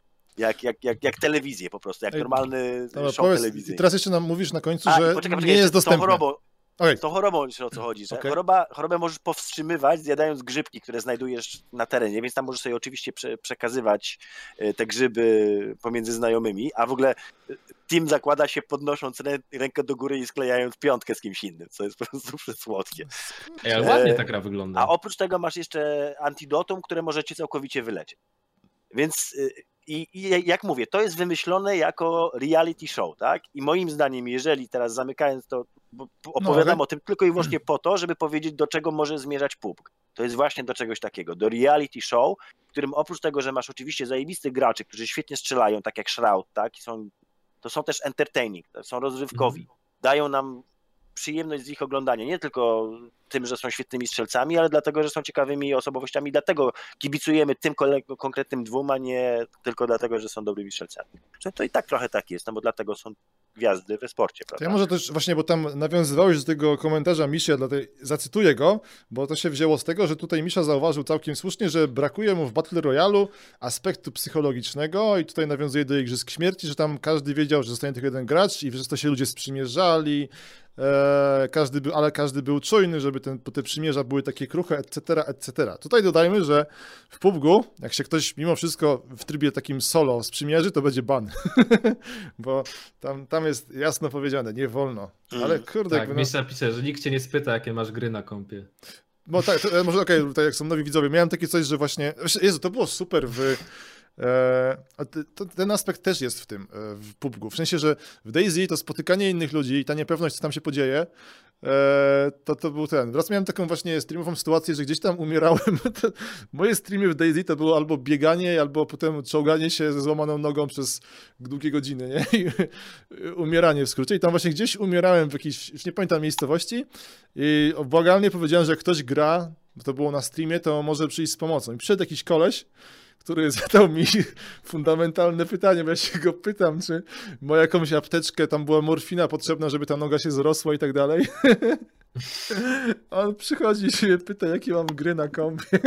Jak telewizję po prostu, jak normalny show telewizyjny. I teraz jeszcze nam mówisz na końcu, że nie jest dostępne. Z tą chorobą o co chodzi, że chorobę możesz powstrzymywać zjadając grzybki, które znajdujesz na terenie, więc tam możesz sobie oczywiście przekazywać te grzyby pomiędzy znajomymi, a w ogóle team zakłada się podnosząc rękę do góry i sklejając piątkę z kimś innym, co jest po prostu przesłodkie. Ale ładnie ta gra wygląda. A oprócz tego masz jeszcze antidotum, które może cię całkowicie wylecieć. Więc jak mówię, to jest wymyślone jako reality show, tak? I moim zdaniem, jeżeli teraz zamykając to, opowiadam o tym tylko i wyłącznie po to, żeby powiedzieć, do czego może zmierzać PUBG. To jest właśnie do czegoś takiego, do reality show, w którym oprócz tego, że masz oczywiście zajebistych graczy, którzy świetnie strzelają, tak jak Shroud, tak? To są też entertaining, są rozrywkowi, dają nam przyjemność z ich oglądania, nie tylko tym, że są świetnymi strzelcami, ale dlatego, że są ciekawymi osobowościami, dlatego kibicujemy tym konkretnym 2, a nie tylko dlatego, że są dobrymi strzelcami. To i tak trochę tak jest, no bo dlatego są gwiazdy we sporcie, prawda? To ja może też właśnie, bo tam nawiązywałeś do tego komentarza Miszy, zacytuję go, bo to się wzięło z tego, że tutaj Misza zauważył całkiem słusznie, że brakuje mu w Battle Royale'u aspektu psychologicznego i tutaj nawiązuje do Igrzysk Śmierci, że tam każdy wiedział, że zostanie tylko jeden gracz i przez to się ludzie sprzymierzali, ale każdy był czujny, żeby te przymierza były takie kruche, etc. Tutaj dodajmy, że w PUBG-u, jak się ktoś mimo wszystko w trybie takim solo sprzymierzy, to będzie ban. Bo tam jest jasno powiedziane, nie wolno. Ale kurde... Tak, Misza pisze, że nikt cię nie spyta, jakie masz gry na kompie. Bo tak, może okej, tak jak są nowi widzowie, miałem takie coś, że właśnie... Jezu, to było super ten aspekt też jest w tym, w PUBG. W sensie, że w DayZ to spotykanie innych ludzi i ta niepewność, co tam się podzieje, to był ten. Raz miałem taką właśnie streamową sytuację, że gdzieś tam umierałem. Moje streamy w DayZ to było albo bieganie, albo potem czołganie się ze złamaną nogą przez długie godziny, nie? I umieranie w skrócie. I tam właśnie gdzieś umierałem w jakiejś, już nie pamiętam, miejscowości i błagalnie powiedziałem, że jak ktoś gra, bo to było na streamie, to może przyjść z pomocą. I przyszedł jakiś koleś, który zadał mi fundamentalne pytanie, bo ja się go pytam, czy ma jakąś apteczkę, tam była morfina potrzebna, żeby ta noga się zrosła i tak dalej. On przychodzi i się pyta, jakie mam gry na kompie.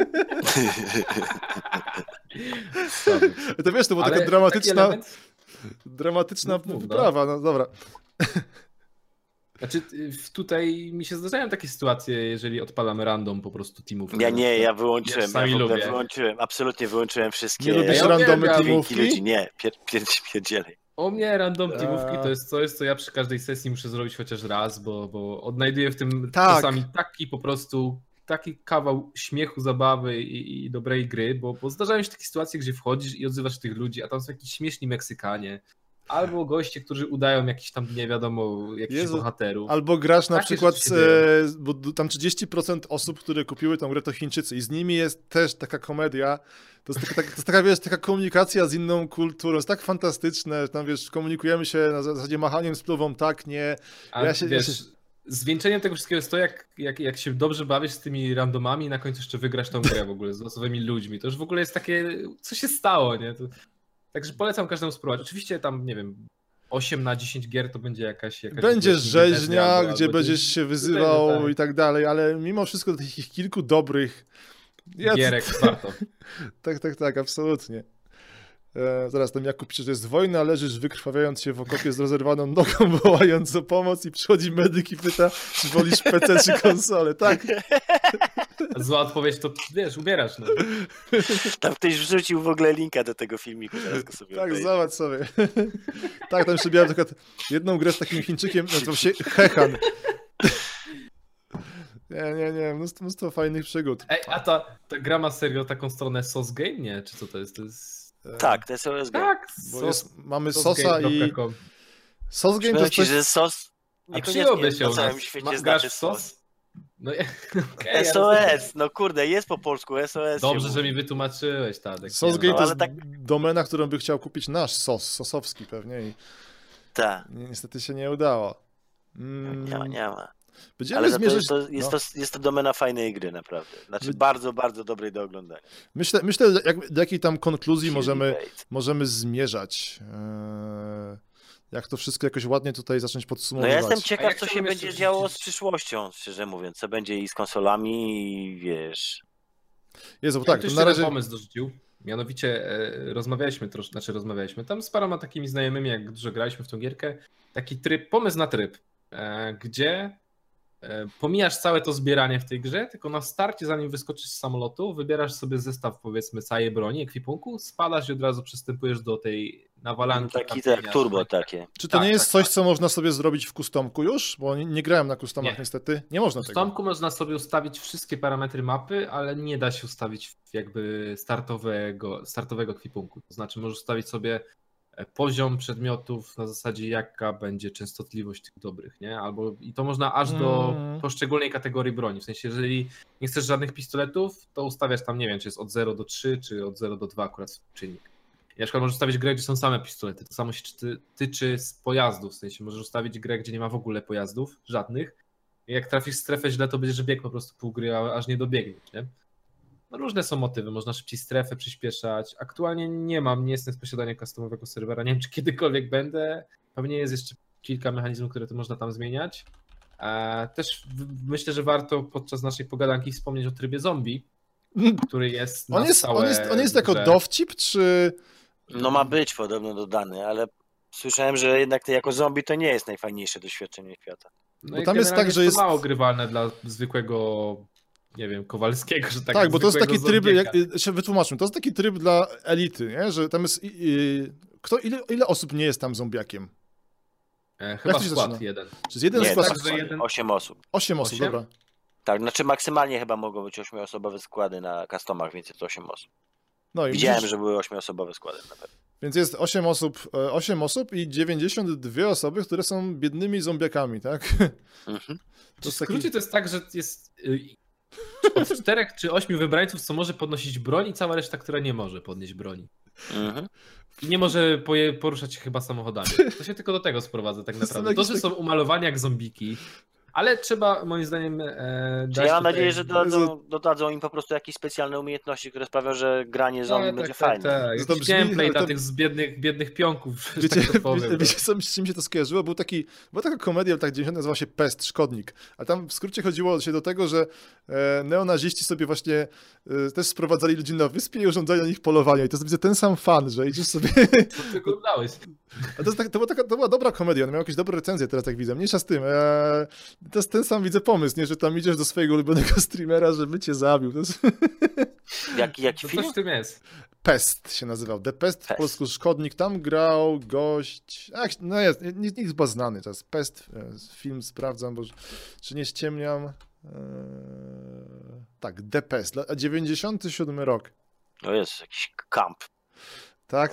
To wiesz, to była taka dramatyczna wyprawa, no dobra. Znaczy tutaj mi się zdarzają takie sytuacje, jeżeli odpalamy random po prostu teamów. Ja wyłączyłem, absolutnie wyłączyłem wszystkie. Nie lubisz randomy teamówki? Ludzi. Nie, pierdzielej. U mnie random teamówki to jest coś, co ja przy każdej sesji muszę zrobić chociaż raz, bo odnajduję w tym czasami taki po prostu, taki kawał śmiechu, zabawy i dobrej gry, bo zdarzają się takie sytuacje, gdzie wchodzisz i odzywasz tych ludzi, a tam są jakieś śmieszni Meksykanie. Albo goście, którzy udają jakiś tam, nie wiadomo, jakichś bohaterów. Albo grasz na przykład, bo tam 30% osób, które kupiły tą grę, to Chińczycy i z nimi jest też taka komedia. To jest taka, wiesz, taka komunikacja z inną kulturą, jest tak fantastyczne, tam wiesz, komunikujemy się na zasadzie machaniem spluwą, tak, nie. Zwieńczeniem tego wszystkiego jest to, jak się dobrze bawisz z tymi randomami i na końcu jeszcze wygrasz tą grę w ogóle z losowymi ludźmi. To już w ogóle jest takie, co się stało, nie? Także polecam każdemu spróbować. Oczywiście tam, nie wiem, 8 na 10 gier to będzie jakaś będzie rzeźnia, gdzie będziesz się wyzywał i tak dalej, ale mimo wszystko do tych kilku dobrych gierek warto. Tak, absolutnie. Zaraz tam Jakub pisze, że jest wojna, leżysz wykrwawiając się w okopie z rozerwaną nogą, wołając o pomoc i przychodzi medyk i pyta, czy wolisz PC czy konsolę. Tak. Zła odpowiedź to, wiesz, ubierasz. No. Tam ktoś wrzucił w ogóle linka do tego filmiku, zaraz go sobie Tak, obejrzę. zobacz sobie. Tak, tam jeszcze miałem przykład jedną grę z takim Chińczykiem, nazywał się Hehan. Nie, mnóstwo fajnych przygód. Ej, a ta gra ma serio taką stronę SOS Game? Nie, czy co to jest? To jest... Tak, to jest SOS Game. Tak, Bo mamy Sosa i... SOS Game to jest coś... że SOS niekoniecznie na całym świecie znaczy SOS? No, okay, SOS, no kurde, jest po polsku SOS. Dobrze, że mi wytłumaczyłeś, Tadek. SOS Game to jest domena, którą by chciał kupić nasz Sosowski pewnie i niestety się nie udało. Nie ma. Będziemy zmierzyć... jest to domena fajnej gry, naprawdę. Znaczy bardzo, bardzo dobrej do oglądania. Myślę do jakiej tam konkluzji możemy zmierzać. Jak to wszystko jakoś ładnie tutaj zacząć podsumowywać. No ja jestem ciekaw, co się będzie działo z przyszłością, szczerze mówiąc. Co będzie i z konsolami, i wiesz... Jezu, tak, to na razie... pomysł dorzucił. Mianowicie rozmawialiśmy tam z paroma takimi znajomymi, jak dużo graliśmy w tą gierkę. Taki pomysł na tryb, gdzie pomijasz całe to zbieranie w tej grze, tylko na starcie, zanim wyskoczysz z samolotu, wybierasz sobie zestaw, powiedzmy, całej broni, ekwipunku, spadasz i od razu przystępujesz do tej nawalanki. Taki turbo takie. Czy to nie jest coś, co można sobie zrobić w customku już? Bo nie grałem na customach niestety. Nie można tego. W customku można sobie ustawić wszystkie parametry mapy, ale nie da się ustawić jakby startowego ekwipunku. To znaczy możesz ustawić sobie poziom przedmiotów na zasadzie jaka będzie częstotliwość tych dobrych, nie? I to można aż do poszczególnej kategorii broni. W sensie, jeżeli nie chcesz żadnych pistoletów, to ustawiasz tam, nie wiem, czy jest od 0 do 3, czy od 0 do 2 akurat czynnik. I na przykład możesz ustawić grę, gdzie są same pistolety. To samo się tyczy z pojazdów, w sensie możesz ustawić grę, gdzie nie ma w ogóle pojazdów, żadnych. I jak trafisz w strefę źle, to będziesz biegł po prostu pół gry, aż nie dobiegniesz, nie? No różne są motywy, można szybciej strefę przyspieszać. Aktualnie nie jestem w posiadaniu customowego serwera, nie wiem czy kiedykolwiek będę. Pewnie jest jeszcze kilka mechanizmów, które to można tam zmieniać. Też myślę, że warto podczas naszej pogadanki wspomnieć o trybie zombie, który jest na stałe. On jest jako dowcip, czy... No ma być podobno dodany, ale słyszałem, że jednak jako zombie to nie jest najfajniejsze doświadczenie świata. No bo tam jest tak, że jest mało grywalne dla zwykłego, nie wiem, Kowalskiego, że tak. Tak, bo to jest taki tryb, jak się wytłumaczmy, to jest taki tryb dla elity, nie? Że tam jest... Ile osób nie jest tam zombiakiem? Chyba skład jeden. Czy jest jeden skład? Tak, 8 osób. 8 osób, dobra. Tak, znaczy maksymalnie chyba mogą być 8-osobowe składy na customach, więc jest 8 osób. No i widziałem, że były 8-osobowe składy na pewno. Więc jest 8 osób i 92 osoby, które są biednymi zombiakami, tak? To w skrócie to jest tak, że jest od 4 czy 8 wybrańców, co może podnosić broń i cała reszta, która nie może podnieść broni. I nie może poruszać się chyba samochodami. To się tylko do tego sprowadza tak naprawdę. To, że są umalowani jak zombiki, ale trzeba moim zdaniem dać. Ja mam nadzieję, że dodadzą im po prostu jakieś specjalne umiejętności, które sprawią, że granie zombie będzie fajne. Jakiś gameplay dla tych biednych pionków. Wiecie, z czym się to skojarzyło? Była taka komedia w latach 90 nazywała się Pest, Szkodnik. A tam w skrócie chodziło się do tego, że neonaziści sobie właśnie też sprowadzali ludzi na wyspie i urządzali na nich polowania. I to jest ten sam fan, że idziesz sobie... Co ty oglądałeś? To była dobra komedia, on miał jakieś dobre recenzje teraz, jak widzę. Mniejsza z tym. To jest ten sam, widzę, pomysł, nie? Że tam idziesz do swojego ulubionego streamera, żeby cię zabił. To jest... Jaki film? Coś w tym jest. Pest się nazywał. The Pest, w polsku Szkodnik. Tam grał gość... No jest, nikt chyba znany. To jest Pest, film sprawdzam, bo czy nie ściemniam. Tak, The Pest, 97 rok. To jest jakiś kamp. Tak.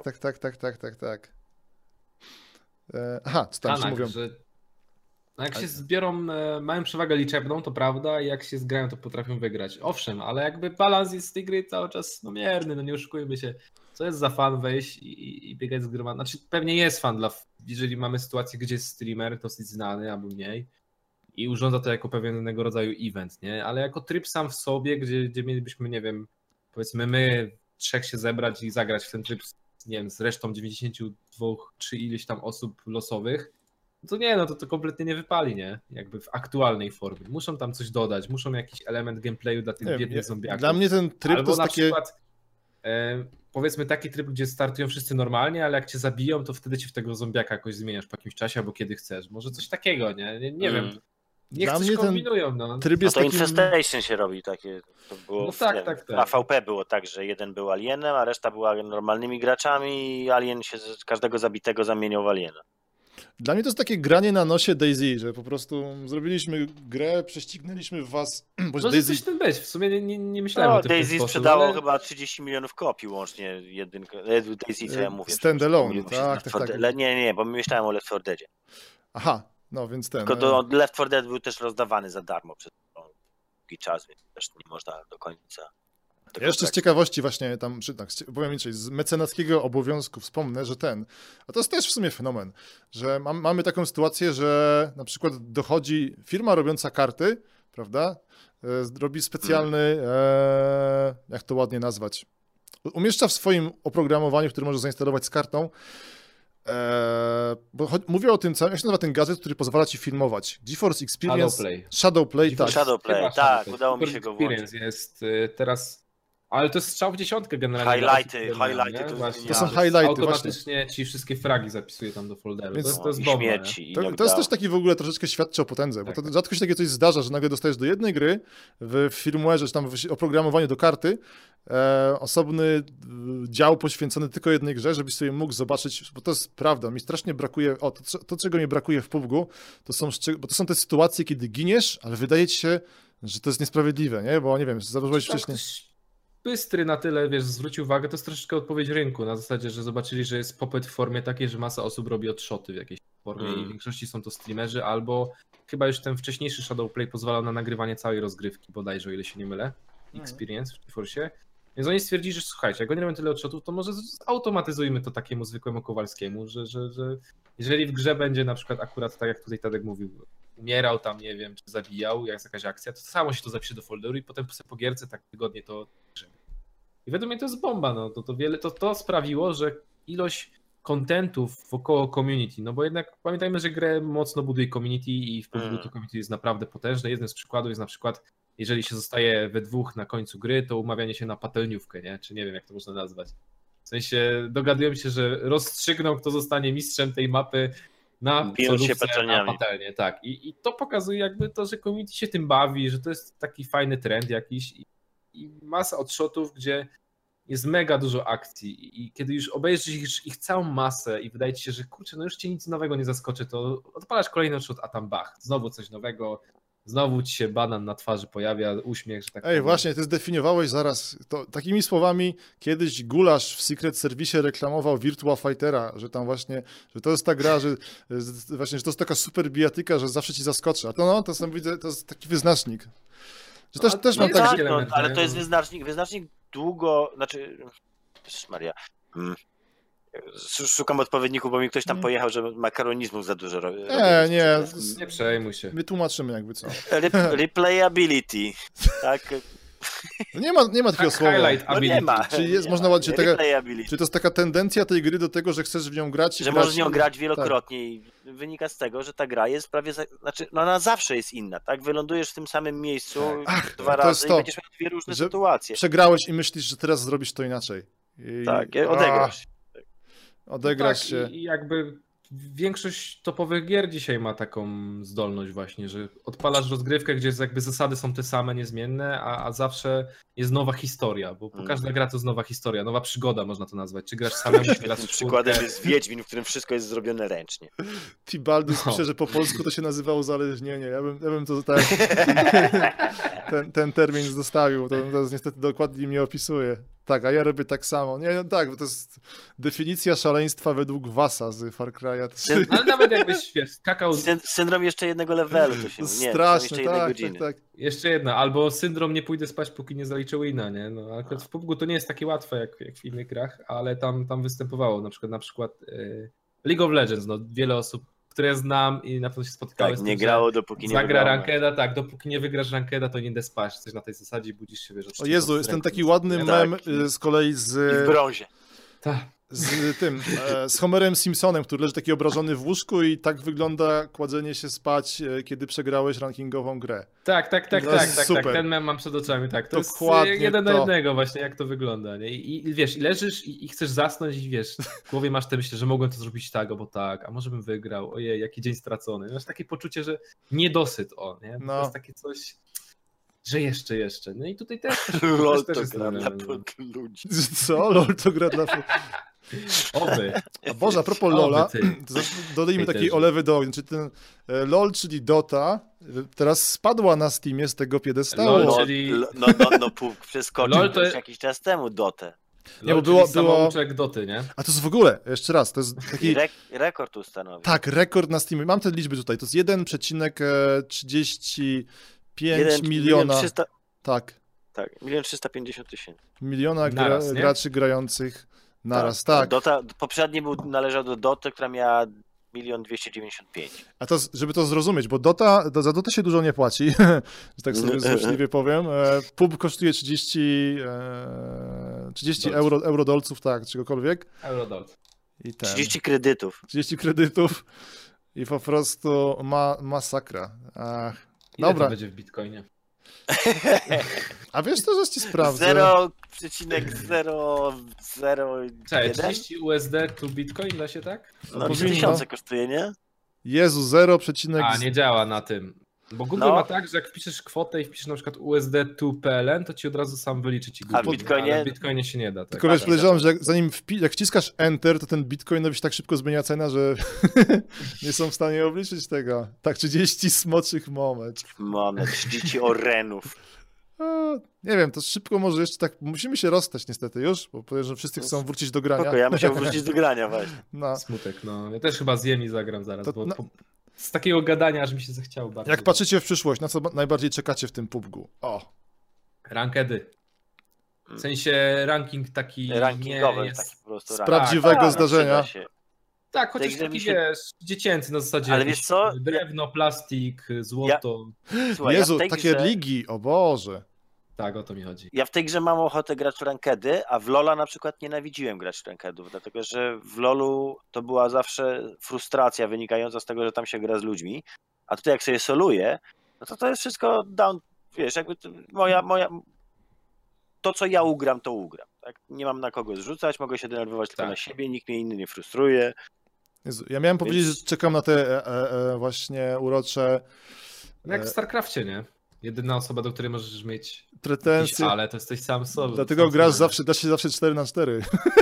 Aha, co tam się mówią? No jak się zbiorą, mają przewagę liczebną, to prawda, i jak się zgrają, to potrafią wygrać. Owszem, ale jakby balans jest z tej gry cały czas mierny, no nie oszukujmy się. Co jest za fan wejść i biegać z groma? Znaczy pewnie jest fan, jeżeli mamy sytuację, gdzie jest streamer dosyć znany albo mniej i urządza to jako pewnego rodzaju event, nie? Ale jako tryb sam w sobie, gdzie mielibyśmy, nie wiem, powiedzmy my 3 się zebrać i zagrać w ten tryb, nie wiem, z resztą 92 czy ileś tam osób losowych, to nie, no to kompletnie nie wypali, nie? Jakby w aktualnej formie. Muszą tam coś dodać, muszą jakiś element gameplayu dla tych biednych zombiaków. Dla mnie ten tryb albo to jest na takie... przykład, powiedzmy taki tryb, gdzie startują wszyscy normalnie, ale jak cię zabiją, to wtedy ci w tego zombiaka jakoś zmieniasz po jakimś czasie albo kiedy chcesz. Może coś takiego, nie? Nie wiem. Niech coś kombinują, no. Tryb jest to takim... Infestation się robi takie. To było tak. AVP było tak, że jeden był alienem, a reszta była normalnymi graczami i alien się z każdego zabitego zamieniał w aliena. Dla mnie to jest takie granie na nosie DayZ, że po prostu zrobiliśmy grę, prześcignęliśmy was. Może Daisy... coś tym być, w sumie nie myślałem o tym. DayZ sprzedało chyba 30 milionów kopii łącznie jedynkę. DayZ, co ja mówię. Standalone, tak. Nie, bo myślałem o Left 4 Deadzie. Aha, no więc ten. Tylko Left 4 Dead był też rozdawany za darmo przez długi czas, więc też nie można do końca. Ja jeszcze z ciekawości właśnie tam, powiem inaczej, z mecenackiego obowiązku wspomnę, że a to jest też w sumie fenomen, że mamy taką sytuację, że na przykład dochodzi firma robiąca karty, prawda, robi specjalny, jak to ładnie nazwać, umieszcza w swoim oprogramowaniu, które może zainstalować z kartą, bo mówię o tym, jak się nazywa ten gadżet, który pozwala ci filmować. GeForce Experience. Shadowplay, tak, udało mi się go włączyć. Jest teraz, ale to jest strzał w dziesiątkę generalnie. Highlighty to są highlighty. Automatycznie właśnie. Ci wszystkie fragi zapisuje tam do folderu. Więc to jest bomba. To jest też taki w ogóle troszeczkę świadczy o potędze, bo to rzadko się takie coś zdarza, że nagle dostajesz do jednej gry w firmware'ze, czy tam w oprogramowaniu do karty osobny dział poświęcony tylko jednej grze, żebyś sobie mógł zobaczyć, bo to jest prawda, mi strasznie brakuje, to czego mi brakuje w PUBG-u, bo to są te sytuacje, kiedy giniesz, ale wydaje ci się, że to jest niesprawiedliwe, nie? Bo nie wiem, założyłeś wcześniej... Bystry na tyle, wiesz, zwrócił uwagę, to jest troszeczkę odpowiedź rynku, na zasadzie, że zobaczyli, że jest popyt w formie takiej, że masa osób robi odshoty w jakiejś formie i w większości są to streamerzy, albo chyba już ten wcześniejszy Shadowplay pozwalał na nagrywanie całej rozgrywki, bodajże, o ile się nie mylę, Experience w GeForce'ie. Więc oni stwierdzili, że słuchajcie, jak oni robią tyle odshotów, to może zautomatyzujmy to takiemu zwykłemu Kowalskiemu, że jeżeli w grze będzie na przykład akurat tak jak tutaj Tadek mówił, umierał tam, nie wiem, czy zabijał, jak jest jakaś akcja, to samo się to zapisze do folderu i potem po gierce tak tygodnie to grzymy. I według mnie to jest bomba, no to sprawiło, że ilość kontentów wokoło community, no bo jednak pamiętajmy, że grę mocno buduje community i w PUBG to community jest naprawdę potężne. Jednym z przykładów jest na przykład, jeżeli się zostaje we dwóch na końcu gry, to umawianie się na patelniówkę, nie? Czy nie wiem, jak to można nazwać. W sensie dogadują się, że rozstrzygną, kto zostanie mistrzem tej mapy na solówce, na patelnię. Tak. I to pokazuje jakby to, że community się tym bawi, że to jest taki fajny trend jakiś i masa odshotów, gdzie jest mega dużo akcji i kiedy już obejrzysz ich całą masę i wydaje ci się, że kurczę, no już cię nic nowego nie zaskoczy, to odpalasz kolejny odshot, a tam bach, znowu coś nowego, znowu ci się banan na twarzy pojawia, uśmiech, że tak powiem. Właśnie, ty zdefiniowałeś zaraz, to takimi słowami kiedyś Gulasz w Secret Service reklamował Virtua Fightera, że tam właśnie, że to jest ta gra, że właśnie, że to jest taka super bijatyka, że zawsze ci zaskoczy, a to widzę, to jest taki wyznacznik. Że też mam tak, ale to jest wyznacznik długo, znaczy, Maria, szukam odpowiedników, bo mi ktoś tam pojechał, że makaronizmu za dużo robi. Nie przejmuj się. My tłumaczymy jakby co. Replayability, tak? No nie ma takiego słowa. No nie ma. Czy to jest taka tendencja tej gry do tego, że chcesz w nią grać? Że możesz w nią grać wielokrotnie i wynika z tego, że ta gra jest prawie, znaczy no ona zawsze jest inna, tak? Wylądujesz w tym samym miejscu dwa razy i będziesz miał dwie różne sytuacje. Przegrałeś i myślisz, że teraz zrobisz to inaczej. Tak, odegrasz. Odegrasz się. I jakby większość topowych gier dzisiaj ma taką zdolność właśnie, że odpalasz rozgrywkę, gdzie jakby zasady są te same, niezmienne, a zawsze jest nowa historia, bo każda gra to jest nowa historia, nowa przygoda można to nazwać. Czy grasz samemu, czy grasz w przykładem jest Wiedźmin, w którym wszystko jest zrobione ręcznie. Tibaldus pisze, że po polsku to się nazywa uzależnienie. Ja bym to tak ten termin zostawił, to niestety dokładnie mnie opisuje. Tak, a ja robię tak samo. Nie, no tak, bo to jest definicja szaleństwa według Wasa z Far Cry'a 3. Ale nawet jakbyś skakał... Syndrom jeszcze jednego levelu. To się straszne, jeszcze jednej godziny. Tak. Jeszcze jedna, albo syndrom nie pójdę spać, póki nie zaliczę wina, nie? No, akurat w PUBG to nie jest takie łatwe jak w innych grach, ale tam występowało na przykład League of Legends, no wiele osób, które znam i na pewno się spotkały. Tak, nie grało, dopóki nie zagra rankeda, tak, dopóki nie wygrasz rankeda, to nie idę spać, coś na tej zasadzie, budzisz się, wiesz... O Jezu, jest ten taki ładny mem z kolei z... I w brązie. Tak. z Homerem Simpsonem, który leży taki obrażony w łóżku i tak wygląda kładzenie się spać, kiedy przegrałeś rankingową grę. Tak, ten mem mam przed oczami, tak. To dokładnie jest 1 do 1 właśnie, jak to wygląda, nie? I wiesz, i leżysz i chcesz zasnąć i wiesz, w głowie masz te myśli, że mogłem to zrobić tak, albo tak, a może bym wygrał, ojej, jaki dzień stracony. Masz takie poczucie, że niedosyt, nie? To jest takie coś... Że jeszcze. No i tutaj też LOL to gra dla ludzi. Co? LOL to gra dla... Oby. A Boże, a propos LOLa, dodajmy takiej olewy do ognia. Czyli ten LOL, czyli Dota, teraz spadła na Steamie z tego piedestału. LOL, czyli... Przeskoczył LOL to już jakiś czas temu Dotę. Nie, bo było samouczek Doty, nie? A to jest w ogóle, jeszcze raz, to jest taki... Rekord ustanowił. Tak, rekord na Steamie. Mam te liczby tutaj, to jest 1,35 miliona. 300... Tak. 1 350 000. Miliona graczy grających naraz, tak. Dota, poprzedni należał do Doty, która miała 1 295 000. A to, żeby to zrozumieć, bo za Dotę się dużo nie płaci, że tak sobie złośliwie powiem. PUB kosztuje 30 eurodolców, tak, czegokolwiek. Eurodolców. 30 kredytów. 30 kredytów i po prostu masakra. Ile dobra. to będzie w Bitcoinie? A wiesz to, że ci sprawdzę. 0,001. Cześć, 30 USD to Bitcoin da się tak? No 3000 kosztuje, nie? Jezu, 0, A, nie działa na tym. Bo Google ma tak, że jak wpiszesz kwotę i wpiszesz na przykład USD to PLN, to ci od razu sam wyliczy ci Google. A w Bitcoinie? Ale w Bitcoinie się nie da. Tak. Tylko wiesz, podejrzewam, że jak wciskasz Enter, to ten Bitcoinowi się tak szybko zmienia cena, że nie są w stanie obliczyć tego. Tak, 30 smoczych monet. 30 orenów. Nie wiem, to szybko może jeszcze tak, musimy się rozstać niestety już, bo podejrzewam, że wszyscy chcą wrócić do grania. Spoko, ja musiał wrócić do grania właśnie. No. Smutek, no. Ja też chyba zjem i zagram zaraz, bo z takiego gadania aż mi się zachciało bardzo. Jak patrzycie w przyszłość, na co najbardziej czekacie w tym PUBG-u? Rankedy. W sensie ranking taki... Rankingowy, taki po prostu. Z prawdziwego zdarzenia. Tak, chociaż taki, wiesz, dziecięcy na zasadzie. Ale wiesz co? Drewno, plastik, złoto. Słuchaj, Jezu, takie ligi, o Boże. Tak, o to mi chodzi. Ja w tej grze mam ochotę grać w rankedy, a w LoLa na przykład nienawidziłem grać w rankedów, dlatego że w LoLu to była zawsze frustracja wynikająca z tego, że tam się gra z ludźmi, a tutaj jak sobie soluję, no to jest wszystko down, wiesz, jakby to co ja ugram, to ugram. Tak? Nie mam na kogo zrzucać, mogę się denerwować tylko na siebie, nikt mnie inny nie frustruje. Jezu, ja miałem powiedzieć, że czekam na te właśnie urocze... No jak w StarCrafcie, nie? Jedyna osoba, do której możesz mieć pretensje, ale to jesteś sam sobą. Dlatego grasz zawsze, da się zawsze 4-4.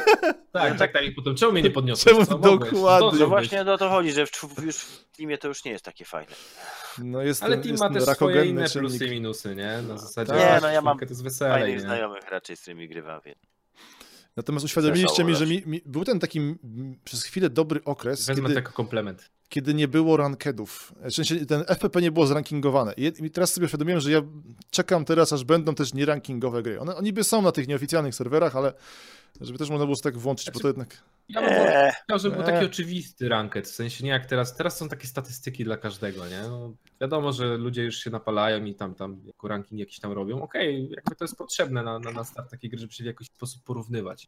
Tak, i potem czemu mnie nie podniosłeś? Dokładnie. No właśnie o to chodzi, że już w teamie to już nie jest takie fajne. No ale team ma też swoje inne plusy i minusy, nie? Na zasadzie ja mam to jest wesele, fajnych znajomych raczej, z którymi grywam, więc... Natomiast uświadomiliście mi, że był ten taki przez chwilę dobry okres, wezmę jako komplement. Kiedy nie było rankedów. W sensie ten FPP nie było zrankingowane. I teraz sobie uświadomiłem, że ja czekam teraz, aż będą też nierankingowe gry. One niby są na tych nieoficjalnych serwerach, ale żeby też można było tak włączyć, bo to jednak... Ja bym chciał, żeby był taki oczywisty ranked, w sensie nie jak teraz. Teraz są takie statystyki dla każdego, nie? No, wiadomo, że ludzie już się napalają i tam jako ranking jakiś tam robią. Okej, jakby to jest potrzebne na start takiej gry, żeby się w jakiś sposób porównywać.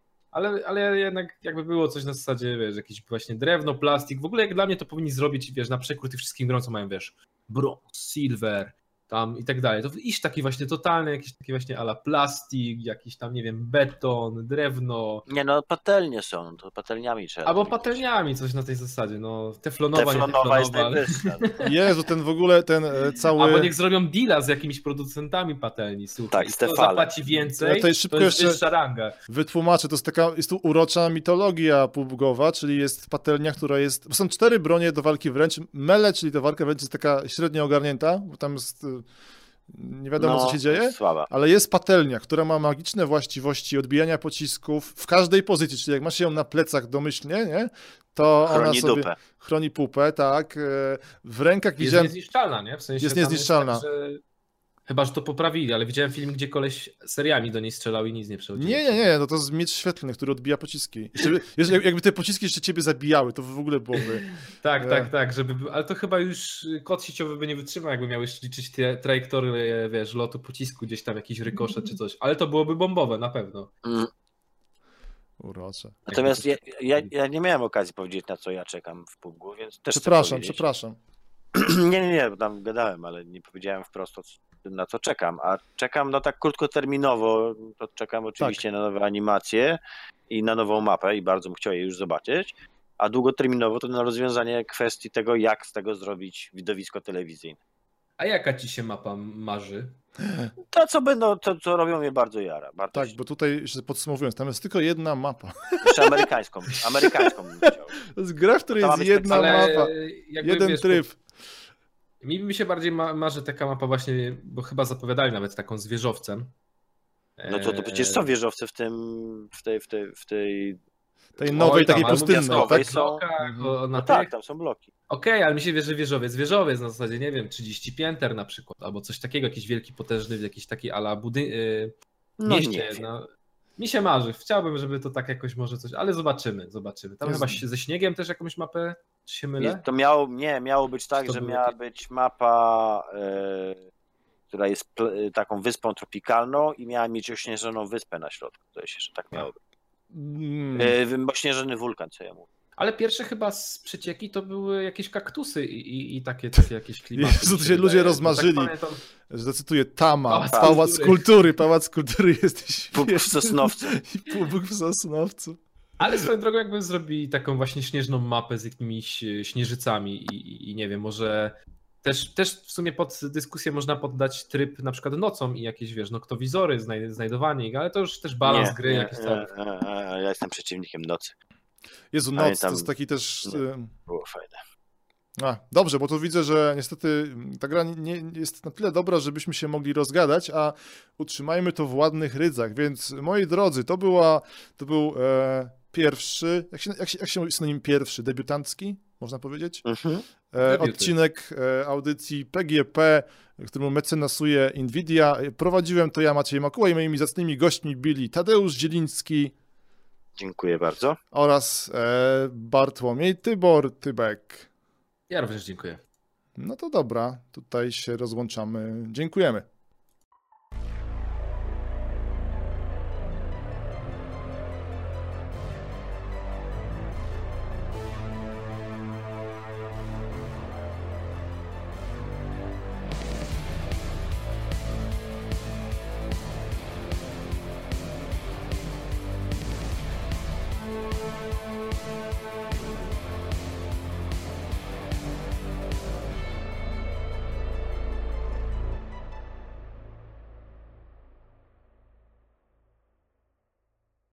Ale jednak jakby było coś na zasadzie, wiesz, jakieś właśnie drewno, plastik, w ogóle jak dla mnie to powinni zrobić, wiesz, na przekór tych wszystkim grom, co mają, wiesz, brąz, silver, tam i tak dalej. To iść taki właśnie totalny, jakiś taki właśnie ala plastik, jakiś tam, nie wiem, beton, drewno. Nie no, patelnie są, to patelniami trzeba. Albo patelniami, coś na tej zasadzie, no teflonowa jest najwyższa. Jezu, ten w ogóle, ten cały... Albo niech zrobią deala z jakimiś producentami patelni, słuchaj. Tak, kto zapłaci więcej, to jest wyższa ranga. Wytłumaczę, jest tu urocza mitologia PUBG-owa, czyli jest patelnia, która jest... Bo są 4 bronie do walki wręcz. Mele, czyli ta walka wręcz jest taka średnio ogarnięta, bo tam jest... Nie wiadomo, co się dzieje, ale jest patelnia, która ma magiczne właściwości odbijania pocisków w każdej pozycji, czyli jak masz ją na plecach domyślnie, nie? To chroni ona sobie dupę. Chroni pupę, tak. W rękach widziałem... Jest niezniszczalna, nie? W sensie jest niezniszczalna. Jest tak, że... Chyba, że to poprawili, ale widziałem film, gdzie koleś seriami do niej strzelał i nic nie przechodziło. Nie, no to jest miecz świetlny, który odbija pociski. Jakby te pociski jeszcze ciebie zabijały, to w ogóle byłoby... Tak, ale to chyba już kod sieciowy by nie wytrzymał, jakby miałeś liczyć trajektorię, wiesz, lotu pocisku, gdzieś tam jakiś rykoszet czy coś, ale to byłoby bombowe, na pewno. Urocze. Natomiast ja nie miałem okazji powiedzieć, na co ja czekam w PUBG, więc też Przepraszam. Nie, bo tam gadałem, ale nie powiedziałem wprost, na co czekam. A czekam, no tak krótkoterminowo, to czekam oczywiście na nowe animacje i na nową mapę i bardzo bym chciał je już zobaczyć. A długoterminowo to na rozwiązanie kwestii tego, jak z tego zrobić widowisko telewizyjne. A jaka ci się mapa marzy? To, co robią mnie bardzo jara. Tak, bo tutaj się podsumowując, tam jest tylko jedna mapa. Jeszcze amerykańską bym chciał. To jest gra, w której jest jedna mapa, jeden tryb. Mi się bardziej marzy taka mapa właśnie, bo chyba zapowiadali nawet taką z wieżowcem. No to przecież są wieżowce w tej nowej, takiej pustynnej. Tak? Tak, tam są bloki. Okej, ale mi się wie, że wieżowiec na zasadzie, nie wiem, 30 pięter na przykład, albo coś takiego, jakiś wielki, potężny, jakiś taki ala mieście. No, mi się marzy, chciałbym, żeby to tak jakoś może coś, ale zobaczymy. Tam chyba ze śniegiem też jakąś mapę, czy się mylę? To miało być tak, że miała być mapa, która jest taką wyspą tropikalną i miała mieć ośnieżoną wyspę na środku. To się tak miało być. Ośnieżony wulkan, co ja mówię. Ale pierwsze chyba z przecieki to były jakieś kaktusy i takie jakieś klimaty. Jezu, to się ludzie rozmarzyli. Tak zacytuję, Tama, Pałac Kultury jesteś Bóg w Sosnowcu. Bóg w Sosnowcu. Ale swoją drogą jakby zrobili taką właśnie śnieżną mapę z jakimiś śnieżycami i nie wiem, może też w sumie pod dyskusję można poddać tryb na przykład nocą i jakieś, wiesz, noktowizory, znajdowanie ich, ale to już też balans gry jakiś tam. Ja jestem przeciwnikiem nocy. Jezu, noc to jest taki też... Było fajne. Dobrze, bo tu widzę, że niestety ta gra nie jest na tyle dobra, żebyśmy się mogli rozgadać, a utrzymajmy to w ładnych rydzach, więc moi drodzy, to był pierwszy, jak się mówi synonim pierwszy, debiutancki, można powiedzieć? Odcinek audycji PGP, którą mecenasuje Nvidia. Prowadziłem to ja, Maciej Makuła, i moimi zacnymi gośćmi byli Tadeusz Zieliński. Dziękuję bardzo. Oraz Bartłomiej Tybek. Ja również dziękuję. No to dobra, tutaj się rozłączamy. Dziękujemy.